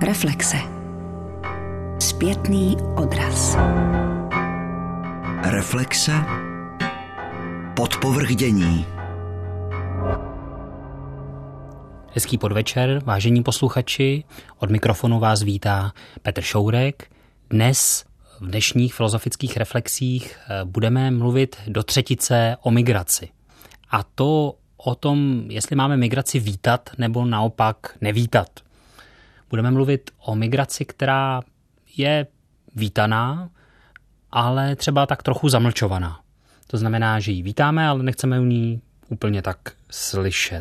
Reflexe. Zpětný odraz. Reflexe. Podpovrchdění. Hezký podvečer, vážení posluchači. Od mikrofonu vás vítá Petr Šourek. Dnes v dnešních filozofických reflexích budeme mluvit do třetice o migraci. A to o tom, jestli máme migraci vítat nebo naopak nevítat. Budeme mluvit o migraci, která je vítaná, ale třeba tak trochu zamlčovaná. To znamená, že ji vítáme, ale nechceme o ní úplně tak slyšet.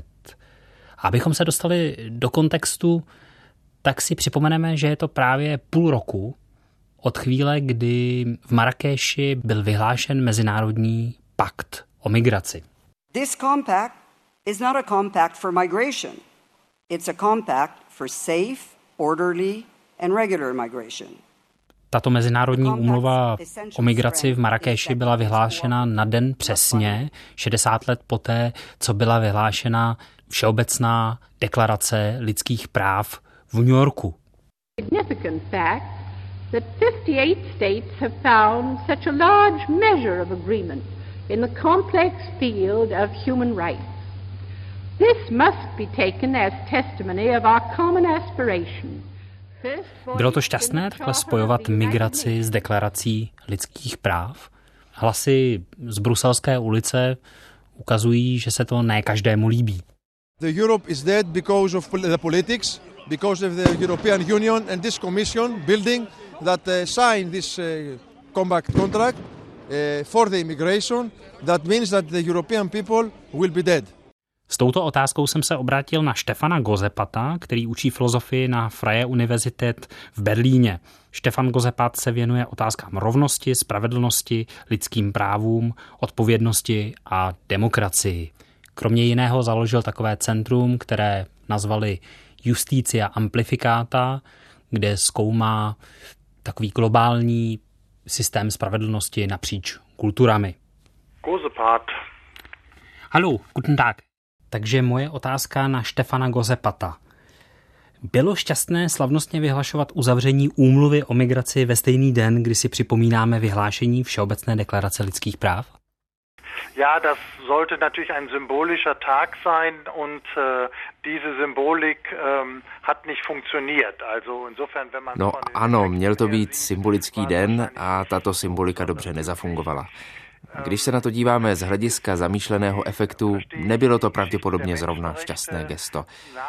A abychom se dostali do kontextu, tak si připomeneme, že je to právě půl roku od chvíle, kdy v Marrakeši byl vyhlášen Mezinárodní pakt o migraci. This compact is not a compact for migration. It's a compact for safe, orderly and regular migration. Tato mezinárodní úmluva o migraci v Marrakeši byla vyhlášena na den přesně 60 let poté, co byla vyhlášena Všeobecná deklarace lidských práv v New Yorku. Significant fact that 58 states have found such a large measure of agreement in the complex field of human rights. This must be taken as testimony of our common aspiration. Bylo to šťastné takhle spojovat migraci s deklarací lidských práv? Hlasy z bruselské ulice ukazují, že se to ne každému líbí. The Europe is dead because of the politics, because of the European Union and this Commission building that signed this compact contract for the immigration. That means that the European people will be dead. S touto otázkou jsem se obrátil na Stefana Gozepata, který učí filozofii na Freie Universität v Berlíně. Stefan Gozepat se věnuje otázkám rovnosti, spravedlnosti, lidským právům, odpovědnosti a demokracii. Kromě jiného založil takové centrum, které nazvali Justitia Amplificata, kde zkoumá takový globální systém spravedlnosti napříč kulturami. Gozepat. Hallo, guten Tag. Takže moje otázka na Stefana Gozepata. Bylo šťastné slavnostně vyhlašovat uzavření úmluvy o migraci ve stejný den, kdy si připomínáme vyhlášení Všeobecné deklarace lidských práv? Ja, das sollte natürlich ein symbolischer Tag sein und diese Symbolik hat nicht funktioniert. Also insofern, wenn man No ano, měl to být symbolický den a tato symbolika dobře nezafungovala. Když se na to díváme z hlediska zamýšleného efektu, nebylo to pravděpodobně zrovna šťastné gesto.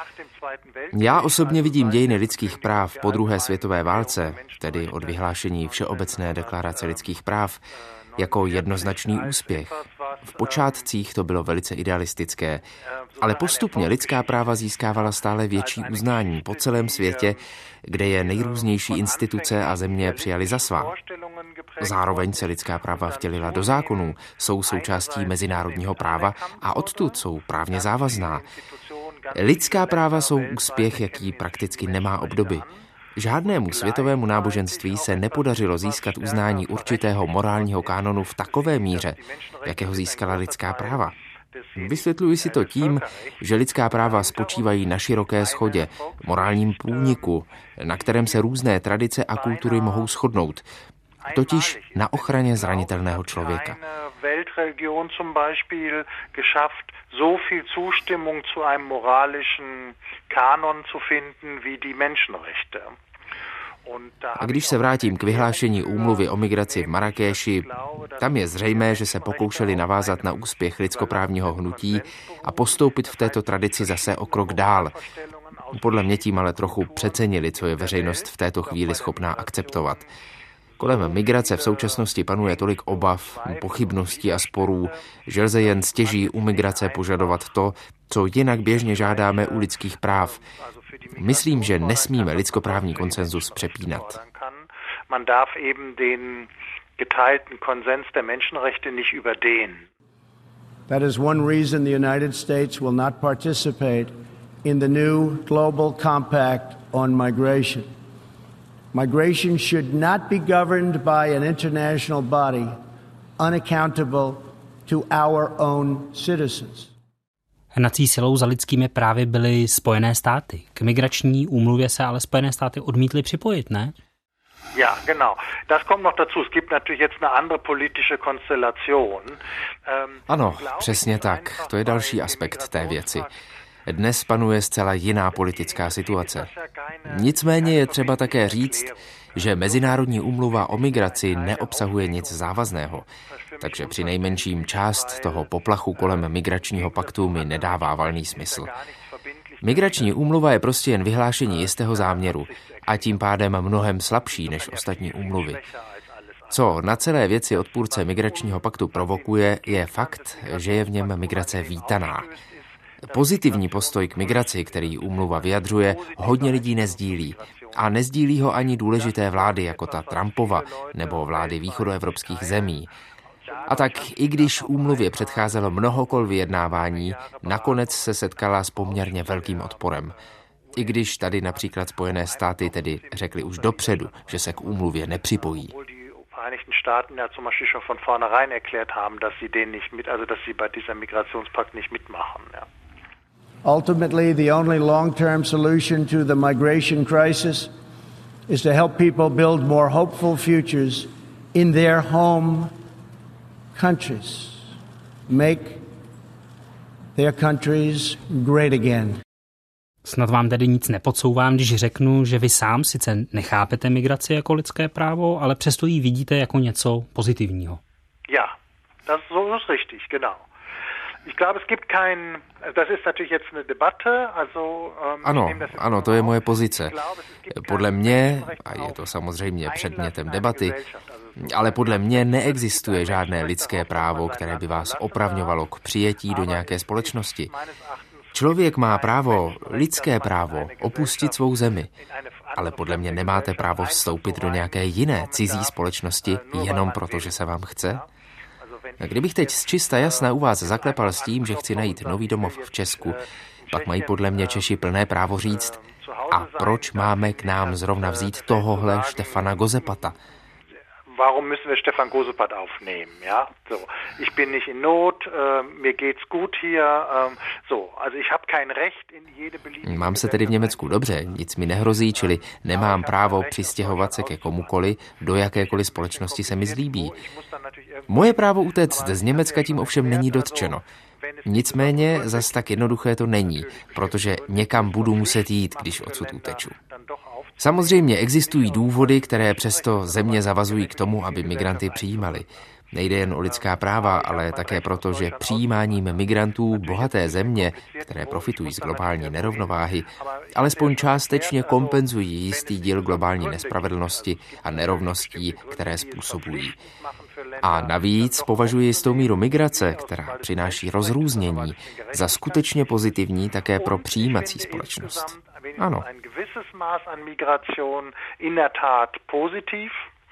Já osobně vidím dějiny lidských práv po druhé světové válce, tedy od vyhlášení Všeobecné deklarace lidských práv, jako jednoznačný úspěch. V počátcích to bylo velice idealistické, ale postupně lidská práva získávala stále větší uznání po celém světě, kde je nejrůznější instituce a země přijali za svá. Zároveň se lidská práva vtělila do zákonů, jsou součástí mezinárodního práva a odtud jsou právně závazná. Lidská práva jsou úspěch, jaký prakticky nemá obdoby. Žádnému světovému náboženství se nepodařilo získat uznání určitého morálního kánonu v takové míře, jakého získala lidská práva. Vysvětluji si to tím, že lidská práva spočívají na široké shodě, morálním průniku, na kterém se různé tradice a kultury mohou shodnout, totiž na ochraně zranitelného člověka. Weltreligion zum Beispiel geschafft, so viel Zustimmung zu einem moralischen Kanon zu finden wie die Menschenrechte. A když se vrátím k vyhlášení úmluvy o migraci v Marrakeši, tam je zřejmé, že se pokoušeli navázat na úspěch lidskoprávního hnutí a postoupit v této tradici zase o krok dál. Podle mě tím ale trochu přecenili, co je veřejnost v této chvíli schopná akceptovat. Kolem migrace v současnosti panuje tolik obav, pochybností a sporů, že lze jen stěží u migrace požadovat to, co jinak běžně žádáme u lidských práv. Myslím, že nesmíme lidskoprávní konsenzus přepínat. Man darf eben den geteilten Konsens der Menschenrechte nicht überdehnen. That is one reason the United States will not participate in the new global compact on migration. Migration should not be governed by an international body unaccountable to our own citizens. Hnací silou za lidskými právy byly Spojené státy. K migrační úmluvě se ale Spojené státy odmítly připojit, ne? Ja, genau. Das kommt noch dazu. Es gibt natürlich jetzt eine andere politische Konstellation. Ano, přesně tak. To je další aspekt té věci. Dnes panuje zcela jiná politická situace. Nicméně je třeba také říct, že Mezinárodní úmluva o migraci neobsahuje nic závazného. Takže při nejmenším část toho poplachu kolem migračního paktu mi nedává valný smysl. Migrační úmluva je prostě jen vyhlášení jistého záměru a tím pádem mnohem slabší než ostatní úmluvy. Co na celé věci odpůrce migračního paktu provokuje, je fakt, že je v něm migrace vítaná. Pozitivní postoj k migraci, který úmluva vyjadřuje, hodně lidí nezdílí. A nezdílí ho ani důležité vlády, jako ta Trumpova nebo vlády východoevropských zemí. A tak i když úmluvě předcházelo mnoho kol vyjednávání, nakonec se setkala s poměrně velkým odporem. I když tady například Spojené státy tedy řekly už dopředu, že se k úmluvě nepřipojí. Vereinigten Staaten ja zum Beispiel schon von vornherein erklärt haben, dass sie den nicht mit, also dass sie bei diesem Migrationspakt nicht mitmachen. Ja. Ultimately, the only long-term solution to the migration crisis is to help people build more hopeful futures in their home countries. Make their countries great again. Snad vám tedy nic nepodsouvám, když řeknu, že vy sám sice nechápete migraci jako lidské právo, ale přesto ji vidíte jako něco pozitivního. Ja, das ist richtig, genau. Ich glaube, es gibt kein, das ist natürlich jetzt eine Debatte, also Ano, to je moje pozice. Podle mě, a je to samozřejmě předmětem debaty, ale podle mě neexistuje žádné lidské právo, které by vás opravňovalo k přijetí do nějaké společnosti. Člověk má právo, lidské právo, opustit svou zemi, ale podle mě nemáte právo vstoupit do nějaké jiné cizí společnosti jenom proto, že se vám chce. A kdybych teď z čista jasna u vás zaklepal s tím, že chci najít nový domov v Česku, pak mají podle mě Češi plné právo říct, a proč máme k nám zrovna vzít tohohle Štefana Gozepata? Warum müssen wir Stefan Gosepat aufnehmen? Ja, so. Ich bin nicht in Not, mir geht's gut hier. So, also ich habe kein Recht in jede beliebige. Mám se tedy v Německu dobře, nic mi nehrozí, čili nemám právo přistěhovat se ke komukoli, do jakékoliv společnosti se mi zlíbí. Moje právo utéct z Německa tím ovšem není dotčeno. Nicméně zas tak jednoduché to není, protože někam budu muset jít, když odsud uteču. Samozřejmě existují důvody, které přesto země zavazují k tomu, aby migranty přijímali. Nejde jen o lidská práva, ale také proto, že přijímáním migrantů bohaté země, které profitují z globální nerovnováhy, alespoň částečně kompenzují jistý díl globální nespravedlnosti a nerovností, které způsobují. A navíc považuji jistou míru migrace, která přináší rozrůznění, za skutečně pozitivní také pro přijímací společnost. Ano. Ein gewisses Maß an Migration in der Tat positiv,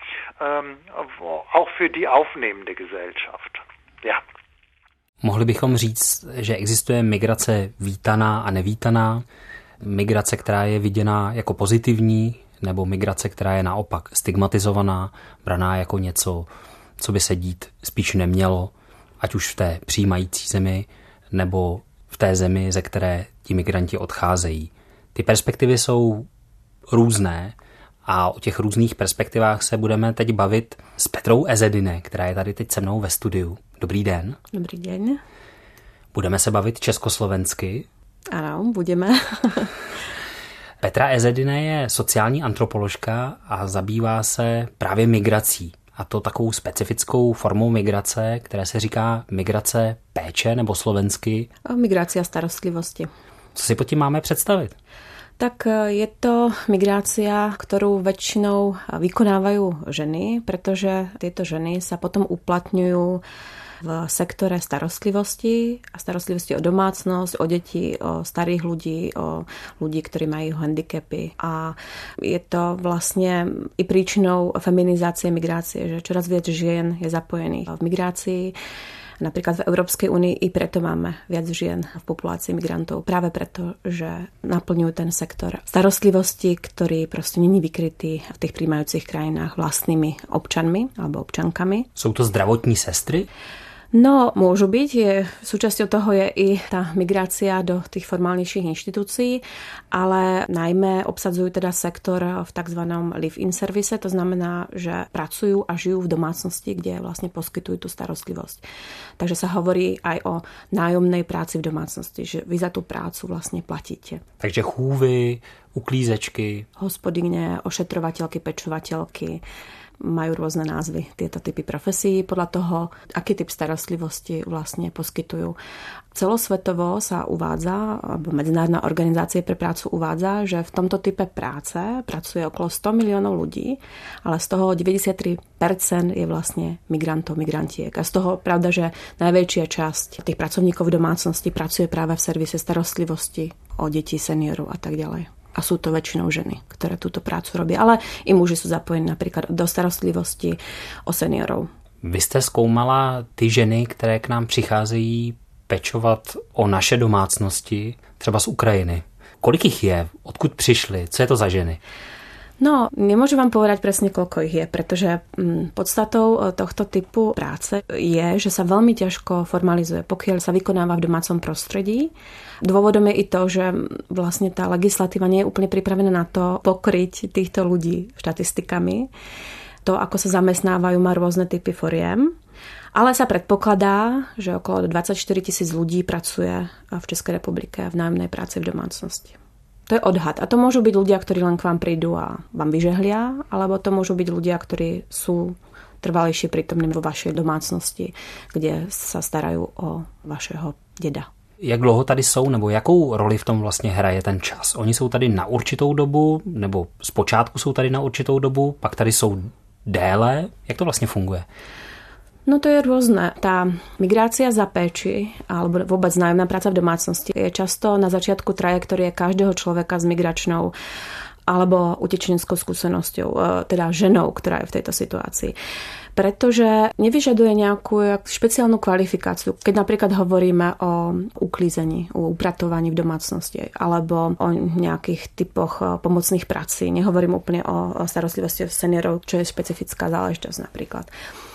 auch für die aufnehmende Gesellschaft. Ja. Mohli bychom říct, že existuje migrace vítaná a nevítaná, migrace, která je viděná jako pozitivní, nebo migrace, která je naopak stigmatizovaná, braná jako něco, co by se dít spíš nemělo, ať už v té přijímající zemi, nebo v té zemi, ze které ti migranti odcházejí. Ty perspektivy jsou různé a o těch různých perspektivách se budeme teď bavit s Petrou Ezedine, která je tady teď se mnou ve studiu. Dobrý den. Dobrý den. Budeme se bavit československy. Ano, budeme. Petra Ezedine je sociální antropoložka a zabývá se právě migrací. A to takovou specifickou formou migrace, které se říká migrace péče nebo slovensky. Migrácia starostlivosti. Co si pod tím máme představit? Tak je to migrácia, ktorú väčšinou vykonávajú ženy, pretože tieto ženy sa potom uplatňujú v sektore starostlivosti a starostlivosti o domácnosť, o deti, o starých ľudí, o ľudí, ktorí majú handicapy. A je to vlastne i príčinou feminizácie migrácie, že čoraz viac žien je zapojených v migrácii. Napríklad v Európskej únii i preto máme viac žien v populácii migrantov. Práve preto, že naplňujú ten sektor starostlivosti, ktorý proste není vykrytý v tých prijímajúcich krajinách vlastnými občanmi alebo občankami. Sú to zdravotní sestry? No, môžu byť. Súčasťou toho je i tá migrácia do tých formálnejších inštitúcií, ale najmä obsadzujú teda sektor v tzv. Live-in service, to znamená, že pracujú a žijú v domácnosti, kde vlastne poskytujú tú starostlivosť. Takže sa hovorí aj o nájomnej práci v domácnosti, že vy za tú prácu vlastne platíte. Takže chůvy, uklízečky, hospodyne, ošetrovateľky, pečovateľky, majú rôzne názvy, tieto typy profesí, podľa toho, aký typ starostlivosti vlastne poskytujú. Celosvetovo sa uvádza, alebo Medzinárodná organizácia pre prácu uvádza, že v tomto type práce pracuje okolo 100 miliónov ľudí, ale z toho 93% je vlastne migrantov, migrantiek. A z toho pravda, že najväčšia časť tých pracovníkov v domácnosti pracuje práve v servise starostlivosti o deti, seniorov a tak ďalej. A sú to väčšinou ženy, ktoré túto prácu robia. Ale i muži sú zapojení napríklad do starostlivosti o seniorov. Vy jste zkoumala ty ženy, které k nám přicházejí pečovat o naše domácnosti, třeba z Ukrajiny. Kolik jich je? Odkud přišli? Co je to za ženy? No, nemôžem vám povedať presne, koľko ich je, pretože podstatou tohto typu práce je, že sa veľmi ťažko formalizuje, pokiaľ sa vykonáva v domácom prostredí. Dôvodom je i to, že vlastne tá legislatíva nie je úplne pripravená na to pokryť týchto ľudí štatistikami. To, ako sa zamestnávajú, má rôzne typy foriem. Ale sa predpokladá, že okolo 24 000 ľudí pracuje v Českej republike v nájomnej práci v domácnosti. To je odhad. A to môžu byť ľudia, ktorí len k vám prídu a vám vyžehlia, alebo to môžu byť ľudia, ktorí sú trvalejšie prítomní vo vašej domácnosti, kde sa starajú o vašeho deda. Jak dlouho tady jsou, nebo jakou roli v tom vlastně hraje ten čas? Oni jsou tady na určitou dobu, nebo zpočátku jsou tady na určitou dobu, pak tady jsou déle? Jak to vlastně funguje? No to je rôzne. Tá migrácia za péči alebo vôbec nájomná práca v domácnosti je často na začiatku trajektórie každého človeka s migračnou alebo utečeneckou skúsenosťou, teda ženou, ktorá je v tejto situácii. Pretože nevyžaduje nejakú špeciálnu kvalifikáciu. Keď napríklad hovoríme o uklízení, o upratovaní v domácnosti alebo o nejakých typoch pomocných prací. Nehovorím úplne o starostlivosti seniorov, čo je špecifická záležitosť napríklad.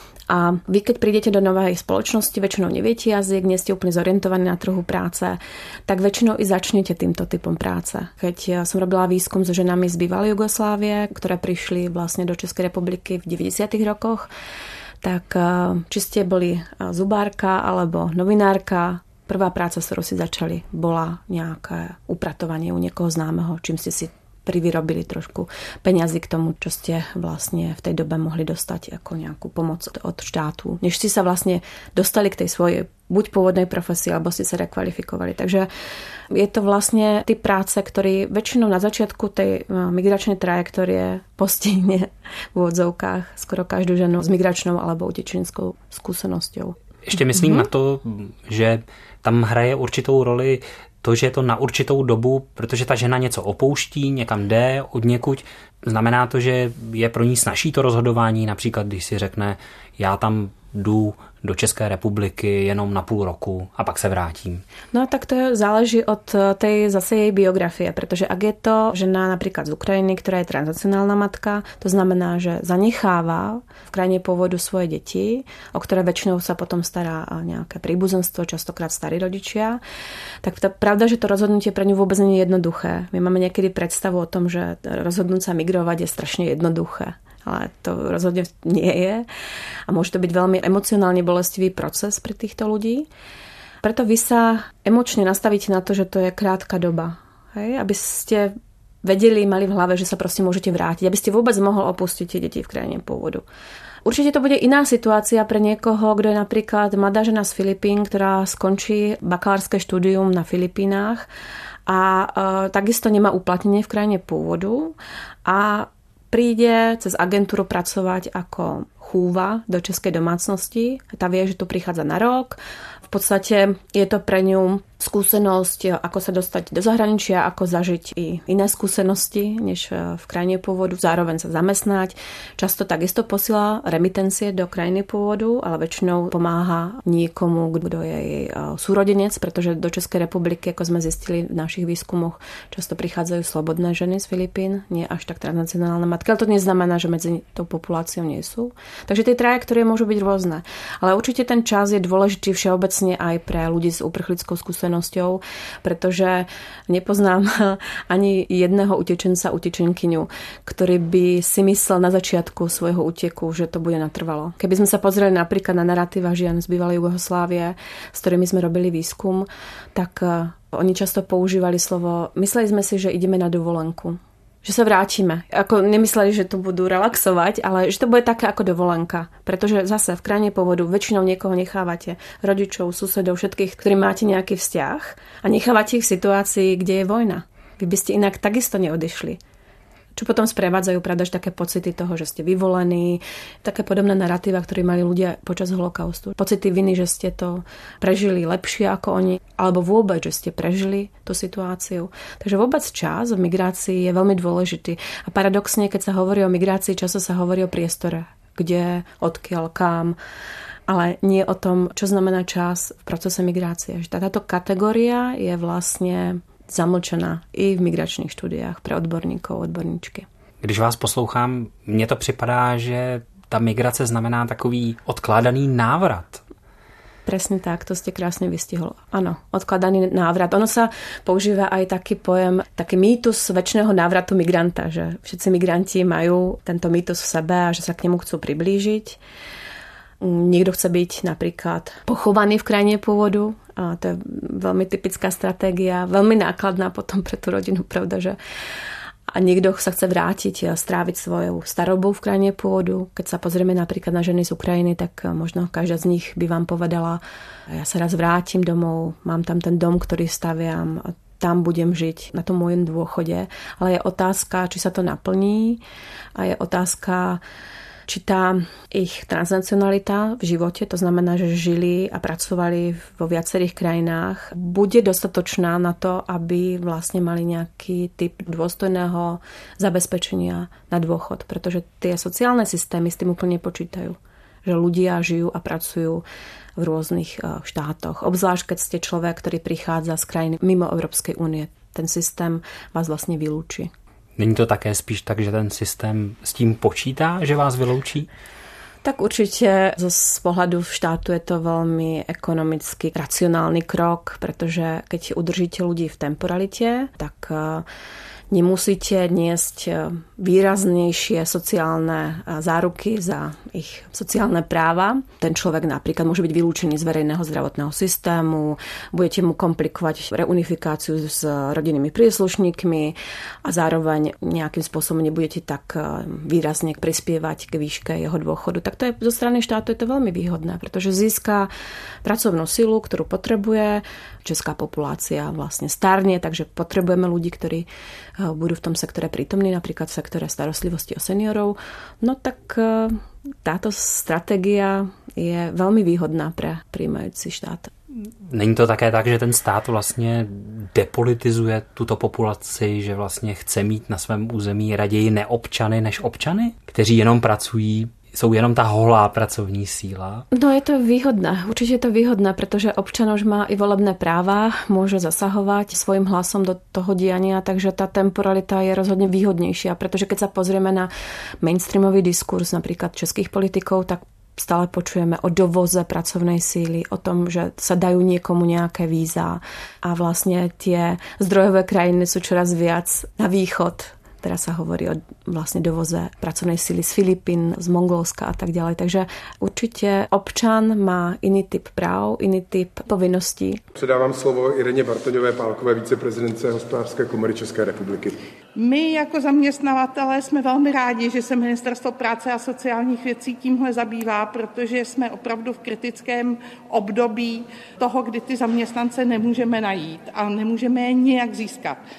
A vy, keď prídete do novej spoločnosti, väčšinou neviete jazyk, nie ste úplne zorientovaní na trhu práce, tak väčšinou i začnete týmto typom práce. Keď som robila výskum so ženami z bývalej Jugoslávie, ktoré prišli vlastne do Českej republiky v 90. rokoch, tak či ste boli zubárka alebo novinárka, prvá práca, s ktorou si začali, bola nejaké upratovanie u niekoho známeho, čím ste si privyrobili trošku peňazí k tomu, čo ste vlastne v tej dobe mohli dostať ako nejakú pomoc od štátu. Než ste sa vlastne dostali k tej svojej buď pôvodnej profesii, alebo ste sa rekvalifikovali. Takže je to vlastne typ práce, ktorý väčšinou na začiatku tej migračnej trajektórie postihne v úvodzovkách skoro každú ženu s migračnou alebo utečenskou skúsenosťou. Ještě myslím na to, že tam hraje určitou roli to, že je to na určitou dobu, protože ta žena něco opouští, někam jde, odněkuď. Znamená to, že je pro ní snazší to rozhodování, například když si řekne, já tam jdu do České republiky jenom na půl roku a pak se vrátím. No tak to záleží od tej zase jej biografie, pretože ak je to žena napríklad z Ukrajiny, ktorá je transnacionálna matka, to znamená, že zanecháva v krajine pôvodu svoje deti, o ktoré väčšinou sa potom stará nejaké príbuzenstvo, častokrát starí rodičia, tak pravda, že to rozhodnutie pre ňu vôbec nie je jednoduché. My máme niekedy predstavu o tom, že rozhodnúť sa migrovať je strašne jednoduché. Ale to rozhodne nie je. A môže to byť veľmi emocionálne bolestivý proces pre týchto ľudí. Preto vy sa emočne nastavíte na to, že to je krátka doba. Hej? Aby ste vedeli, mali v hlave, že sa proste môžete vrátiť. Aby ste vôbec mohol opustiť tie deti v krajine pôvodu. Určite to bude iná situácia pre niekoho, kto je napríklad mladá žena z Filipín, ktorá skončí bakalárske štúdium na Filipínach a takisto nemá uplatnenie v krajine pôvodu a príde cez agentúru pracovať ako chúva do českej domácnosti. Tá vie, že tu prichádza na rok. V podstate je to pre ňu skúsenosť, ako sa dostať do zahraničia, ako zažiť i iné skúsenosti, než v krajine pôvodu, zároveň sa zamestnať. Často takisto posiela remitencie do krajiny pôvodu, ale väčšinou pomáha niekomu, kto je jej súrodenec, pretože do Českej republiky, ako sme zistili v našich výskumoch, často prichádzajú slobodné ženy z Filipín, nie až tak transnacionálne matky, ale to neznamená, že medzi tou populáciou nie sú. Takže tie trajektórie môžu byť rôzne. Ale určite ten čas je dôležitý všeobecne aj pre ľudí s uprchlickou skúsenosťou, pretože nepoznám ani jedného utečenkyňu, ktorý by si myslel na začiatku svojho úteku, že to bude natrvalo. Keby sme sa pozreli napríklad na naratíva žien z bývalej Jugoslávie, s ktorými sme robili výskum, tak oni často používali slovo mysleli sme si, že ideme na dovolenku. Že sa vrátime. Ako nemysleli, že to budú relaxovať, ale že to bude také ako dovolenka. Pretože zase v krajine pôvodu väčšinou niekoho nechávate, rodičov, susedov, všetkých, ktorí máte nejaký vzťah a nechávate ich v situácii, kde je vojna. Vy by ste inak takisto neodišli. Čo potom sprevádzajú pravdaž také pocity toho, že ste vyvolení, také podobné naratíva, ktoré mali ľudia počas holokaustu. Pocity viny, že ste to prežili lepšie ako oni, alebo vôbec, že ste prežili tú situáciu. Takže vôbec čas v migrácii je veľmi dôležitý. A paradoxne, keď sa hovorí o migrácii, často sa hovorí o priestore. Kde, odkiaľ, kam, ale nie o tom, čo znamená čas v procese migrácie. Táto kategória je vlastne zamlčená i v migračních štúdiách pre odborníkov, odborníčky. Když vás poslouchám, mně to připadá, že ta migrace znamená takový odkládaný návrat. Presne tak, to ste krásne vystihol. Áno, odkladaný návrat. Ono sa používa aj taký pojem, taký mýtus väčšného návratu migranta, že všetci migranti majú tento mýtus v sebe a že sa k nemu chcú priblížiť. Niekto chce byť napríklad pochovaný v krajine pôvodu. A to je veľmi typická stratégia, veľmi nákladná potom pre tú rodinu, pravda, že a niekto sa chce vrátiť, stráviť svoju starobu v krajine pôvodu. Keď sa pozrieme napríklad na ženy z Ukrajiny, tak možno každá z nich by vám povedala, ja sa raz vrátim domov, mám tam ten dom, ktorý staviam, a tam budem žiť na tom mojom dôchode. Ale je otázka, či sa to naplní a je otázka, či tá ich transnacionalita v živote, to znamená, že žili a pracovali vo viacerých krajinách, bude dostatočná na to, aby vlastne mali nejaký typ dôstojného zabezpečenia na dôchod. Pretože tie sociálne systémy s tým úplne počítajú. Že ľudia žijú a pracujú v rôznych štátoch. Obzvlášť, keď ste človek, ktorý prichádza z krajiny mimo Európskej únie. Ten systém vás vlastne vylúči. Není to také spíš tak, že ten systém s tím počítá, že vás vyloučí? Tak určite z pohľadu štátu je to veľmi ekonomicky racionálny krok, pretože keď udržíte ľudí v temporalite, tak nemusíte niesť výraznejšie sociálne záruky za ich sociálne práva. Ten človek napríklad môže byť vylúčený z verejného zdravotného systému, budete mu komplikovať reunifikáciu s rodinnými príslušníkmi a zároveň nejakým spôsobom nebudete tak výrazne prispievať k výške jeho dôchodu. Tak to je zo strany štátu je to veľmi výhodné, pretože získa pracovnú silu, ktorú potrebuje. Česká populácia vlastne starne, takže potrebujeme ľudí, ktorí budú v tom sektore prítomní, napríklad v sektore starostlivosti o seniorov. No tak táto stratégia je veľmi výhodná pre prijímajúci štát. Není to také tak, že ten stát vlastně depolitizuje tuto populaci, že vlastně chce mít na svém území raději neobčany než občany, kteří jenom pracují, jsou jenom tá holá pracovní síla? No je to výhodné, určite je to výhodné, pretože občan už má i volebné práva, môže zasahovať svojim hlasom do toho diania, takže tá temporalita je rozhodne výhodnejšia, pretože keď sa pozrieme na mainstreamový diskurs napríklad českých politikov, tak stále počujeme o dovoze pracovnej síly, o tom, že sa dajú niekomu nejaké víza a vlastne tie zdrojové krajiny sú čoraz viac na východ. Teraz sa hovorí o vlastne dovoze pracovnej síly z Filipín, z Mongolska a tak ďalej. Takže určite občan má iný typ práv, iný typ povinností. Předávám slovo Ireně Bartoňové-Pálkové, viceprezidentce Hospodářské komory České republiky. My jako zaměstnavatelé jsme velmi rádi, že se Ministerstvo práce a sociálních věcí tímhle zabývá, protože jsme opravdu v kritickém období toho, kdy ty zaměstnance nemůžeme najít a nemůžeme je nijak získat.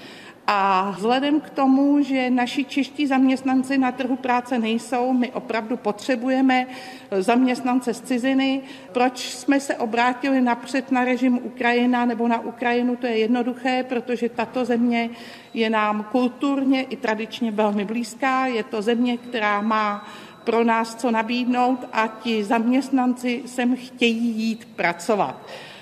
A vzhledem k tomu, že naši čeští zaměstnanci na trhu práce nejsou, my opravdu potřebujeme zaměstnance z ciziny. Proč jsme se obrátili napřed na režim Ukrajina nebo na Ukrajinu, to je jednoduché, protože tato země je nám kulturně i tradičně velmi blízká. Je to země, která má pro nás co nabídnout a ti zaměstnanci sem chtějí jít pracovat.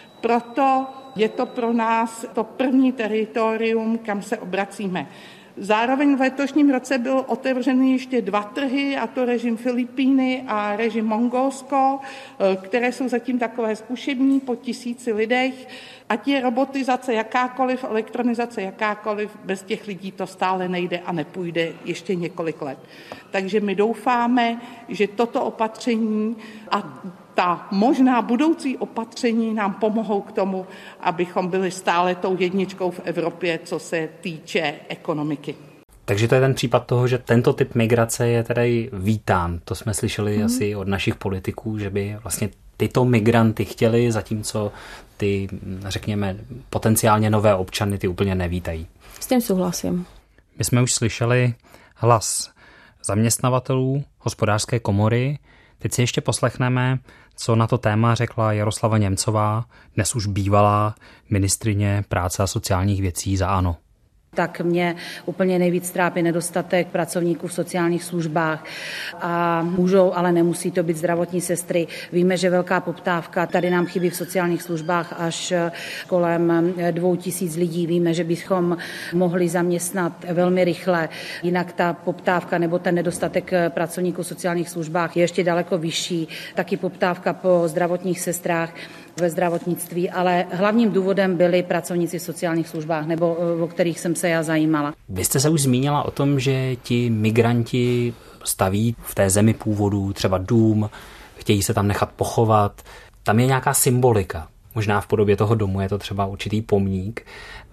Proto je to pro nás to první teritorium, kam se obracíme. Zároveň v letošním roce bylo otevřeny ještě 2 trhy, a to režim Filipíny a režim Mongolsko, které jsou zatím takové zkušební po 1000 lidech. Ať je robotizace jakákoliv, elektronizace jakákoliv, bez těch lidí to stále nejde a nepůjde ještě několik let. Takže my doufáme, že toto opatření a ta možná budoucí opatření nám pomohou k tomu, abychom byli stále tou jedničkou v Evropě, co se týče ekonomiky. Takže to je ten případ toho, že tento typ migrace je tedy vítán. To jsme slyšeli asi od našich politiků, že by vlastně tyto migranty chtěli, zatímco ty, řekněme, potenciálně nové občany ty úplně nevítají. S tím souhlasím. My jsme už slyšeli hlas zaměstnavatelů Hospodářské komory. Teď si ještě poslechneme, co na to téma řekla Jaroslava Němcová, dnes už bývalá ministryně práce a sociálních věcí za ANO. Tak mě úplně nejvíc trápí nedostatek pracovníků v sociálních službách a můžou, ale nemusí to být zdravotní sestry. Víme, že velká poptávka, tady nám chybí v sociálních službách až kolem 2000 lidí. Víme, že bychom mohli zaměstnat velmi rychle, jinak ta poptávka nebo ten nedostatek pracovníků v sociálních službách je ještě daleko vyšší. Taky poptávka po zdravotních sestrách ve zdravotnictví, ale hlavním důvodem byli pracovníci v sociálních službách, nebo o kterých jsem se já zajímala. Vy jste se už zmínila o tom, že ti migranti staví v té zemi původu třeba dům, chtějí se tam nechat pochovat. Tam je nějaká symbolika. Možná v podobě toho domu je to třeba určitý pomník,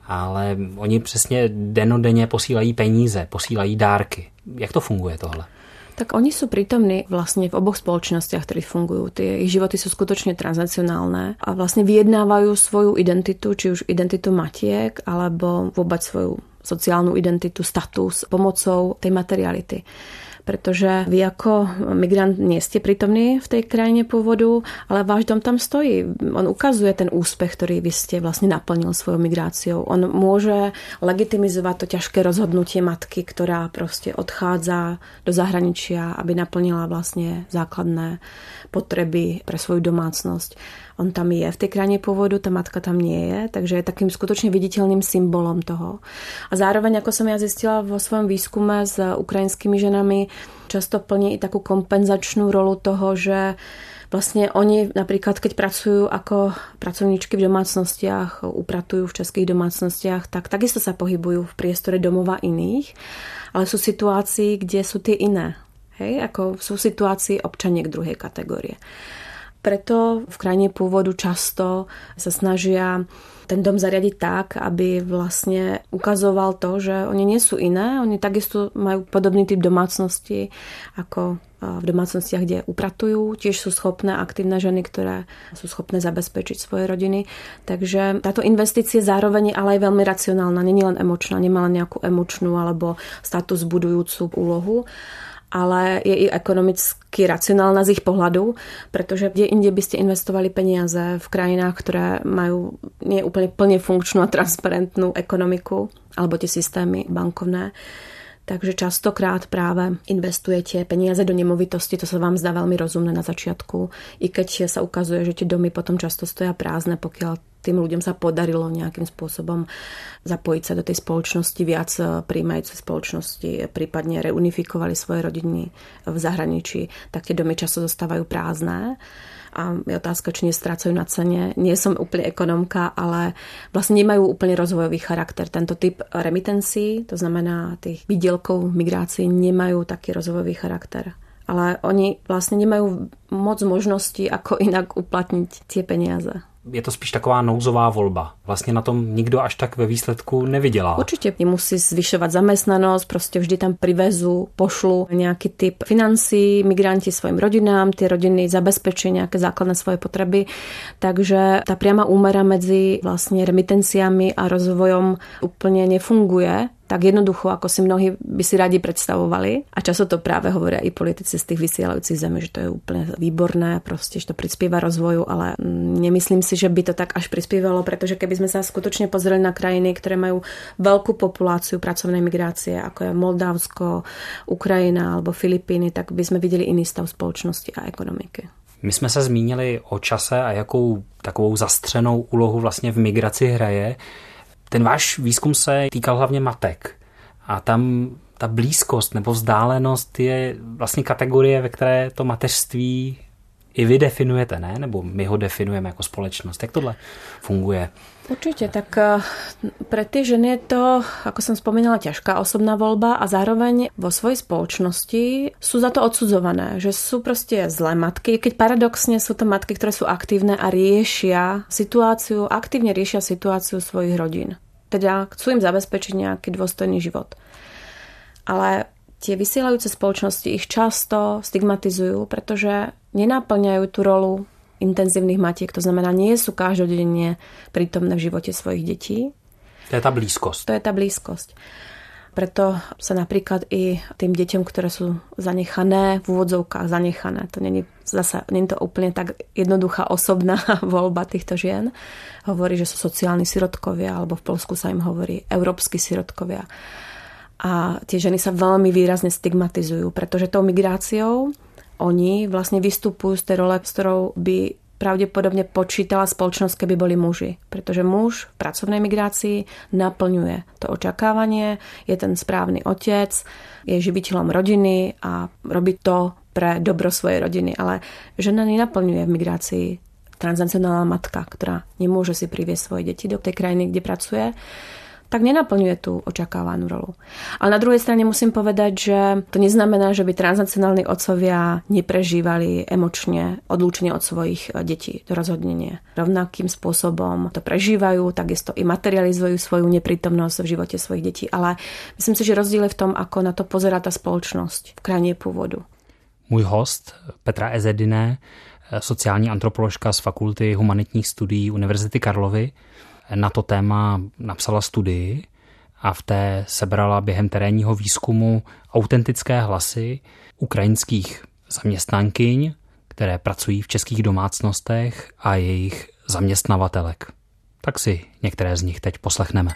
ale oni přesně dennodenně posílají peníze, posílají dárky. Jak to funguje tohle? Tak oni sú prítomní vlastne v oboch spoločnostiach, ktoré fungujú. Tie ich životy sú skutočne transnacionálne a vlastne vyjednávajú svoju identitu, či už identitu matiek, alebo vôbec svoju sociálnu identitu, status pomocou tej materiality. Pretože vy ako migrant nie ste prítomní v tej krajine pôvodu, ale váš dom tam stojí. On ukazuje ten úspech, ktorý vy ste vlastne naplnil svojou migráciou. On môže legitimizovať to ťažké rozhodnutie matky, ktorá proste odchádza do zahraničia, aby naplnila vlastne základné potreby pre svoju domácnosť. On tam je v tej krajine pôvodu, tá matka tam nie je, takže je takým skutočne viditeľným symbolom toho. A zároveň, ako som ja zistila vo svojom výskume s ukrajinskými ženami, často plní i takú kompenzačnú rolu toho, že vlastne oni napríklad, keď pracujú ako pracovníčky v domácnostiach, upratujú v českých domácnostiach, tak takisto sa pohybujú v priestore domova iných, ale sú situácii, kde sú tie iné. Hej? Ako sú situácii občaniek druhej kategórie. Preto v krajine pôvodu často sa snažia ten dom zariadiť tak, aby vlastne ukazoval to, že oni nie sú iné, oni takisto majú podobný typ domácnosti ako v domácnostiach, kde upratujú. Tiež sú schopné aktívne ženy, ktoré sú schopné zabezpečiť svoje rodiny. Takže táto investícia zároveň je ale aj veľmi racionálna, nie je len emočná, nemá len nejakú emočnú alebo status budujúcu úlohu, ale je i ekonomicky racionálna z ich pohľadu, pretože kde inde by ste investovali peniaze v krajinách, ktoré majú nie úplne plne funkčnú a transparentnú ekonomiku alebo tie systémy bankovné. Takže častokrát práve investujete peniaze do nemovitosti, to sa vám zdá veľmi rozumné na začiatku, i keď sa ukazuje, že tie domy potom často stoja prázdne, pokiaľ tým ľuďom sa podarilo nejakým spôsobom zapojiť sa do tej spoločnosti, viac prijímajúcej spoločnosti, prípadne reunifikovali svoje rodiny v zahraničí, tak tie domy často zostávajú prázdne. A je otázka, či nestrácajú na cene. Nie som úplne ekonomka, ale vlastne nemajú úplne rozvojový charakter. Tento typ remitencií, to znamená tých výdielkov migrácií, nemajú taký rozvojový charakter. Ale oni vlastne nemajú moc možností, ako inak uplatniť tie peniaze. Je to spíš taková nouzová volba. Vlastně na tom nikdo až tak ve výsledku nevydělá. Určite nemusí zvyšovať zamestnanosť, proste vždy tam privezú, pošlu nejaký typ financií migranti svojim rodinám, tie rodiny zabezpečia nejaké základné svoje potreby. Takže tá priama úmera medzi vlastne remitenciami a rozvojom úplne nefunguje. tak jednoducho, ako si mnohí by si radi predstavovali. A často to práve hovoria i politici z tých vysielajúcich zemí, že to je úplne výborné, proste, že to prispieva rozvoju, ale nemyslím si, že by to tak až prispievalo, pretože keby sme sa skutočne pozreli na krajiny, ktoré majú veľkú populáciu pracovnej migrácie, ako je Moldavsko, Ukrajina alebo Filipíny, tak by sme videli iný stav spoločnosti a ekonomiky. My jsme se zmínili o čase a jakou takovou zastřenou úlohu vlastně v migraci hraje. Ten váš výzkum se týkal hlavně matek a tam ta blízkost nebo vzdálenost je vlastně kategorie, ve které to mateřství i vy definujete, ne? Nebo my ho definujeme jako společnost. Jak tohle funguje? Určite, tak pre tie ženy je to, ako som spomínala, ťažká osobná voľba a zároveň vo svojej spoločnosti sú za to odsudzované, že sú proste zlé matky, keď paradoxne sú to matky, ktoré sú aktívne a aktívne riešia situáciu svojich rodín. Teda chcú im zabezpečiť nejaký dôstojný život. Ale tie vysielajúce spoločnosti ich často stigmatizujú, pretože nenáplňajú tú rolu intenzívnych matiek, to znamená, nie sú každodenne prítomné v živote svojich detí. To je tá blízkosť. To je tá blízkosť. Preto sa napríklad i tým deťom, ktoré sú zanechané, v úvodzovkách zanechané, to nie je to úplne tak jednoduchá osobná voľba týchto žien. Hovorí, že sú sociálni sirotkovia, alebo v Poľsku sa im hovorí európski sirotkovia. A tie ženy sa veľmi výrazne stigmatizujú, pretože tou migráciou oni vlastne vystupujú z tej role, s ktorou by pravdepodobne počítala spoločnosť, keby boli muži. Pretože muž v pracovnej migrácii naplňuje to očakávanie, je ten správny otec, je živiteľom rodiny a robí to pre dobro svojej rodiny. Ale žena nenaplňuje v migrácii transnacionálna matka, ktorá nemôže si priviesť svoje deti do tej krajiny, kde pracuje, tak nenaplňuje tú očakávanú rolu. Ale na druhej strane musím povedať, že to neznamená, že by transnacionálni otcovia neprežívali emočne odlúčenie od svojich detí. To rozhodne nie. Rovnakým spôsobom to prežívajú, takisto i materializujú svoju neprítomnosť v živote svojich detí. Ale myslím si, že rozdiel je v tom, ako na to pozerá tá spoločnosť v krajine pôvodu. Můj host Petra Ezediné, sociální antropoložka z Fakulty humanitních studií Univerzity Karlovy, na to téma napsala studii a v té sebrala během terénního výzkumu autentické hlasy ukrajinských zaměstnankyň, které pracují v českých domácnostech a jejich zaměstnavatelek. Tak si některé z nich teď poslechneme.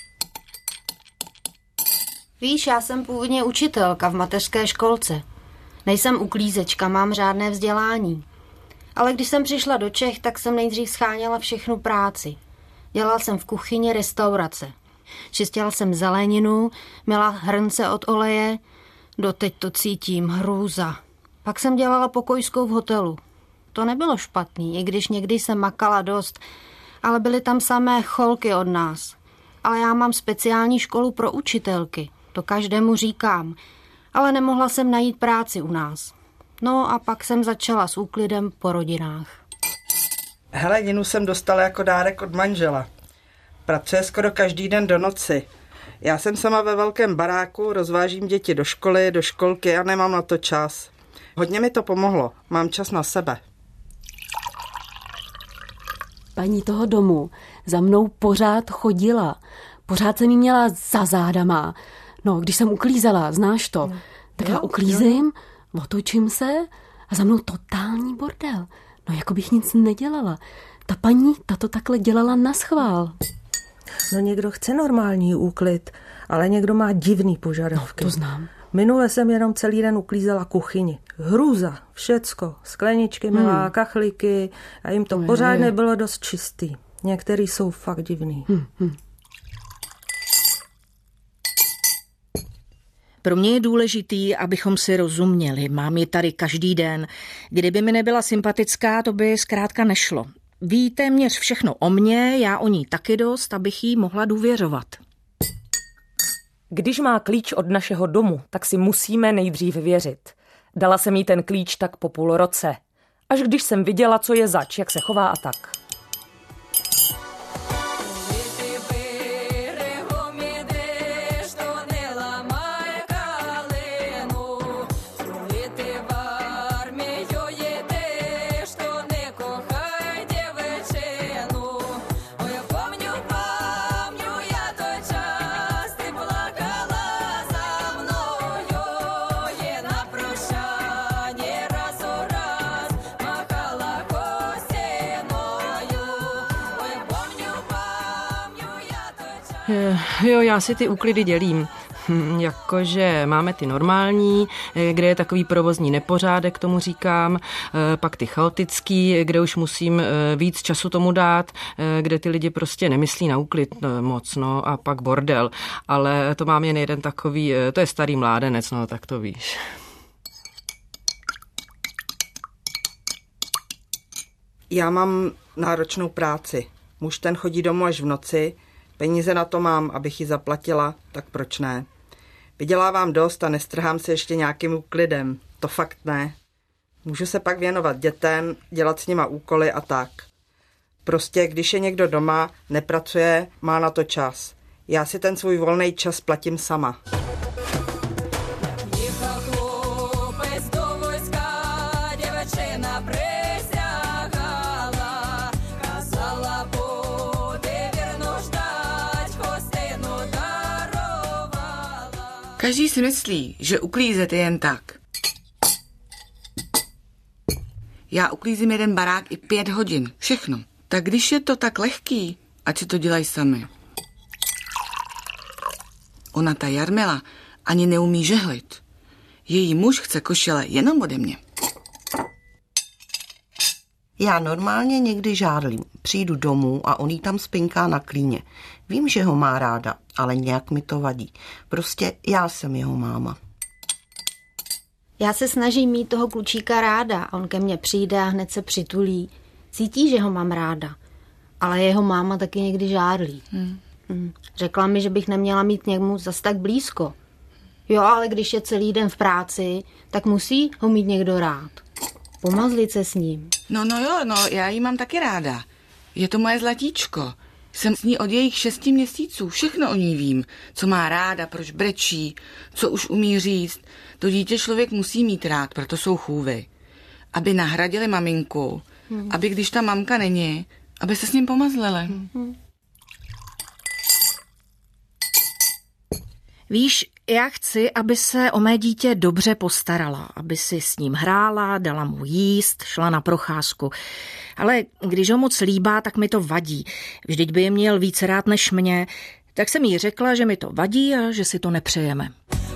Víš, já jsem původně učitelka v mateřské školce. Nejsem uklízečka, mám řádné vzdělání. Ale když jsem přišla do Čech, tak jsem nejdřív scháněla všechnu práci. Dělala jsem v kuchyni restaurace. Čistila jsem zeleninu, měla hrnce od oleje, doteď to cítím, hrůza. Pak jsem dělala pokojskou v hotelu. To nebylo špatný, i když někdy jsem makala dost, ale byly tam samé cholky od nás. Ale já mám speciální školu pro učitelky, to každému říkám, ale nemohla jsem najít práci u nás. No a pak jsem začala s úklidem po rodinách. Heleninu jsem dostala jako dárek od manžela. Pracuje skoro každý den do noci. Já jsem sama ve velkém baráku, rozvážím děti do školy, do školky a nemám na to čas. Hodně mi to pomohlo, mám čas na sebe. Paní toho domu za mnou pořád chodila. Pořád jsem jí měla za zádama. No, když jsem uklízela, znáš to, tak já uklízím, otočím se a za mnou totální bordel. No, jako bych nic nedělala. Ta paní, ta to takhle dělala naschvál. No někdo chce normální úklid, ale někdo má divný požadavky. No, to znám. Minule jsem jenom celý den uklízela kuchyni. Hrůza, všecko. Skleničky měla, kachlíky a jim to pořád nebylo dost čistý. Některý jsou fakt divný. Pro mě je důležitý, abychom si rozuměli. Mám ji tady každý den. Kdyby mi nebyla sympatická, to by zkrátka nešlo. Ví téměř všechno o mně, já o ní taky dost, abych jí mohla důvěřovat. Když má klíč od našeho domu, tak si musíme nejdřív věřit. Dala jsem jí ten klíč tak po půl roce. Až když jsem viděla, co je zač, jak se chová a tak. Jo, já si ty úklidy dělím. Jakože máme ty normální, kde je takový provozní nepořádek, tomu říkám, pak ty chaotický, kde už musím víc času tomu dát, kde ty lidi prostě nemyslí na úklid moc, no, a pak bordel. Ale to mám jen jeden takový, to je starý mládenec, no, tak to víš. Já mám náročnou práci. Muž ten chodí domů až v noci, peníze na to mám, abych ji zaplatila, tak proč ne? Vydělávám dost a nestrhám se ještě nějakým úklidem. To fakt ne. Můžu se pak věnovat dětem, dělat s nima úkoly a tak. Prostě, když je někdo doma, nepracuje, má na to čas. Já si ten svůj volný čas platím sama. Každý si myslí, že uklízet je jen tak. Já uklízím jeden barák i 5 hodin. Všechno. Tak když je to tak lehký, ať si to dělají sami. Ona, ta Jarmila, ani neumí žehlit. Její muž chce košile jenom ode mě. Já normálně někdy žárlím. Přijdu domů a on jí tam spinká na klíně. Vím, že ho má ráda, ale nějak mi to vadí. Prostě já jsem jeho máma. Já se snažím mít toho klučíka ráda a on ke mně přijde a hned se přitulí. Cítí, že ho mám ráda, ale jeho máma taky někdy žárlí. Řekla mi, že bych neměla mít k němu zas tak blízko. Jo, ale když je celý den v práci, tak musí ho mít někdo rád. Pomazlit se s ním. No, já jí mám taky ráda. Je to moje zlatíčko. Jsem s ní od jejich 6 měsíců, všechno o ní vím. Co má ráda, proč brečí, co už umí říct. To dítě člověk musí mít rád, proto jsou chůvy. Aby nahradili maminku, aby když ta mamka není, aby se s ním pomazlili. Víš, já chci, aby se o mé dítě dobře postarala, aby si s ním hrála, dala mu jíst, šla na procházku. Ale když ho moc líbá, tak mi to vadí. Vždyť by je měl víc rád než mě. Tak jsem jí řekla, že mi to vadí a že si to nepřejeme.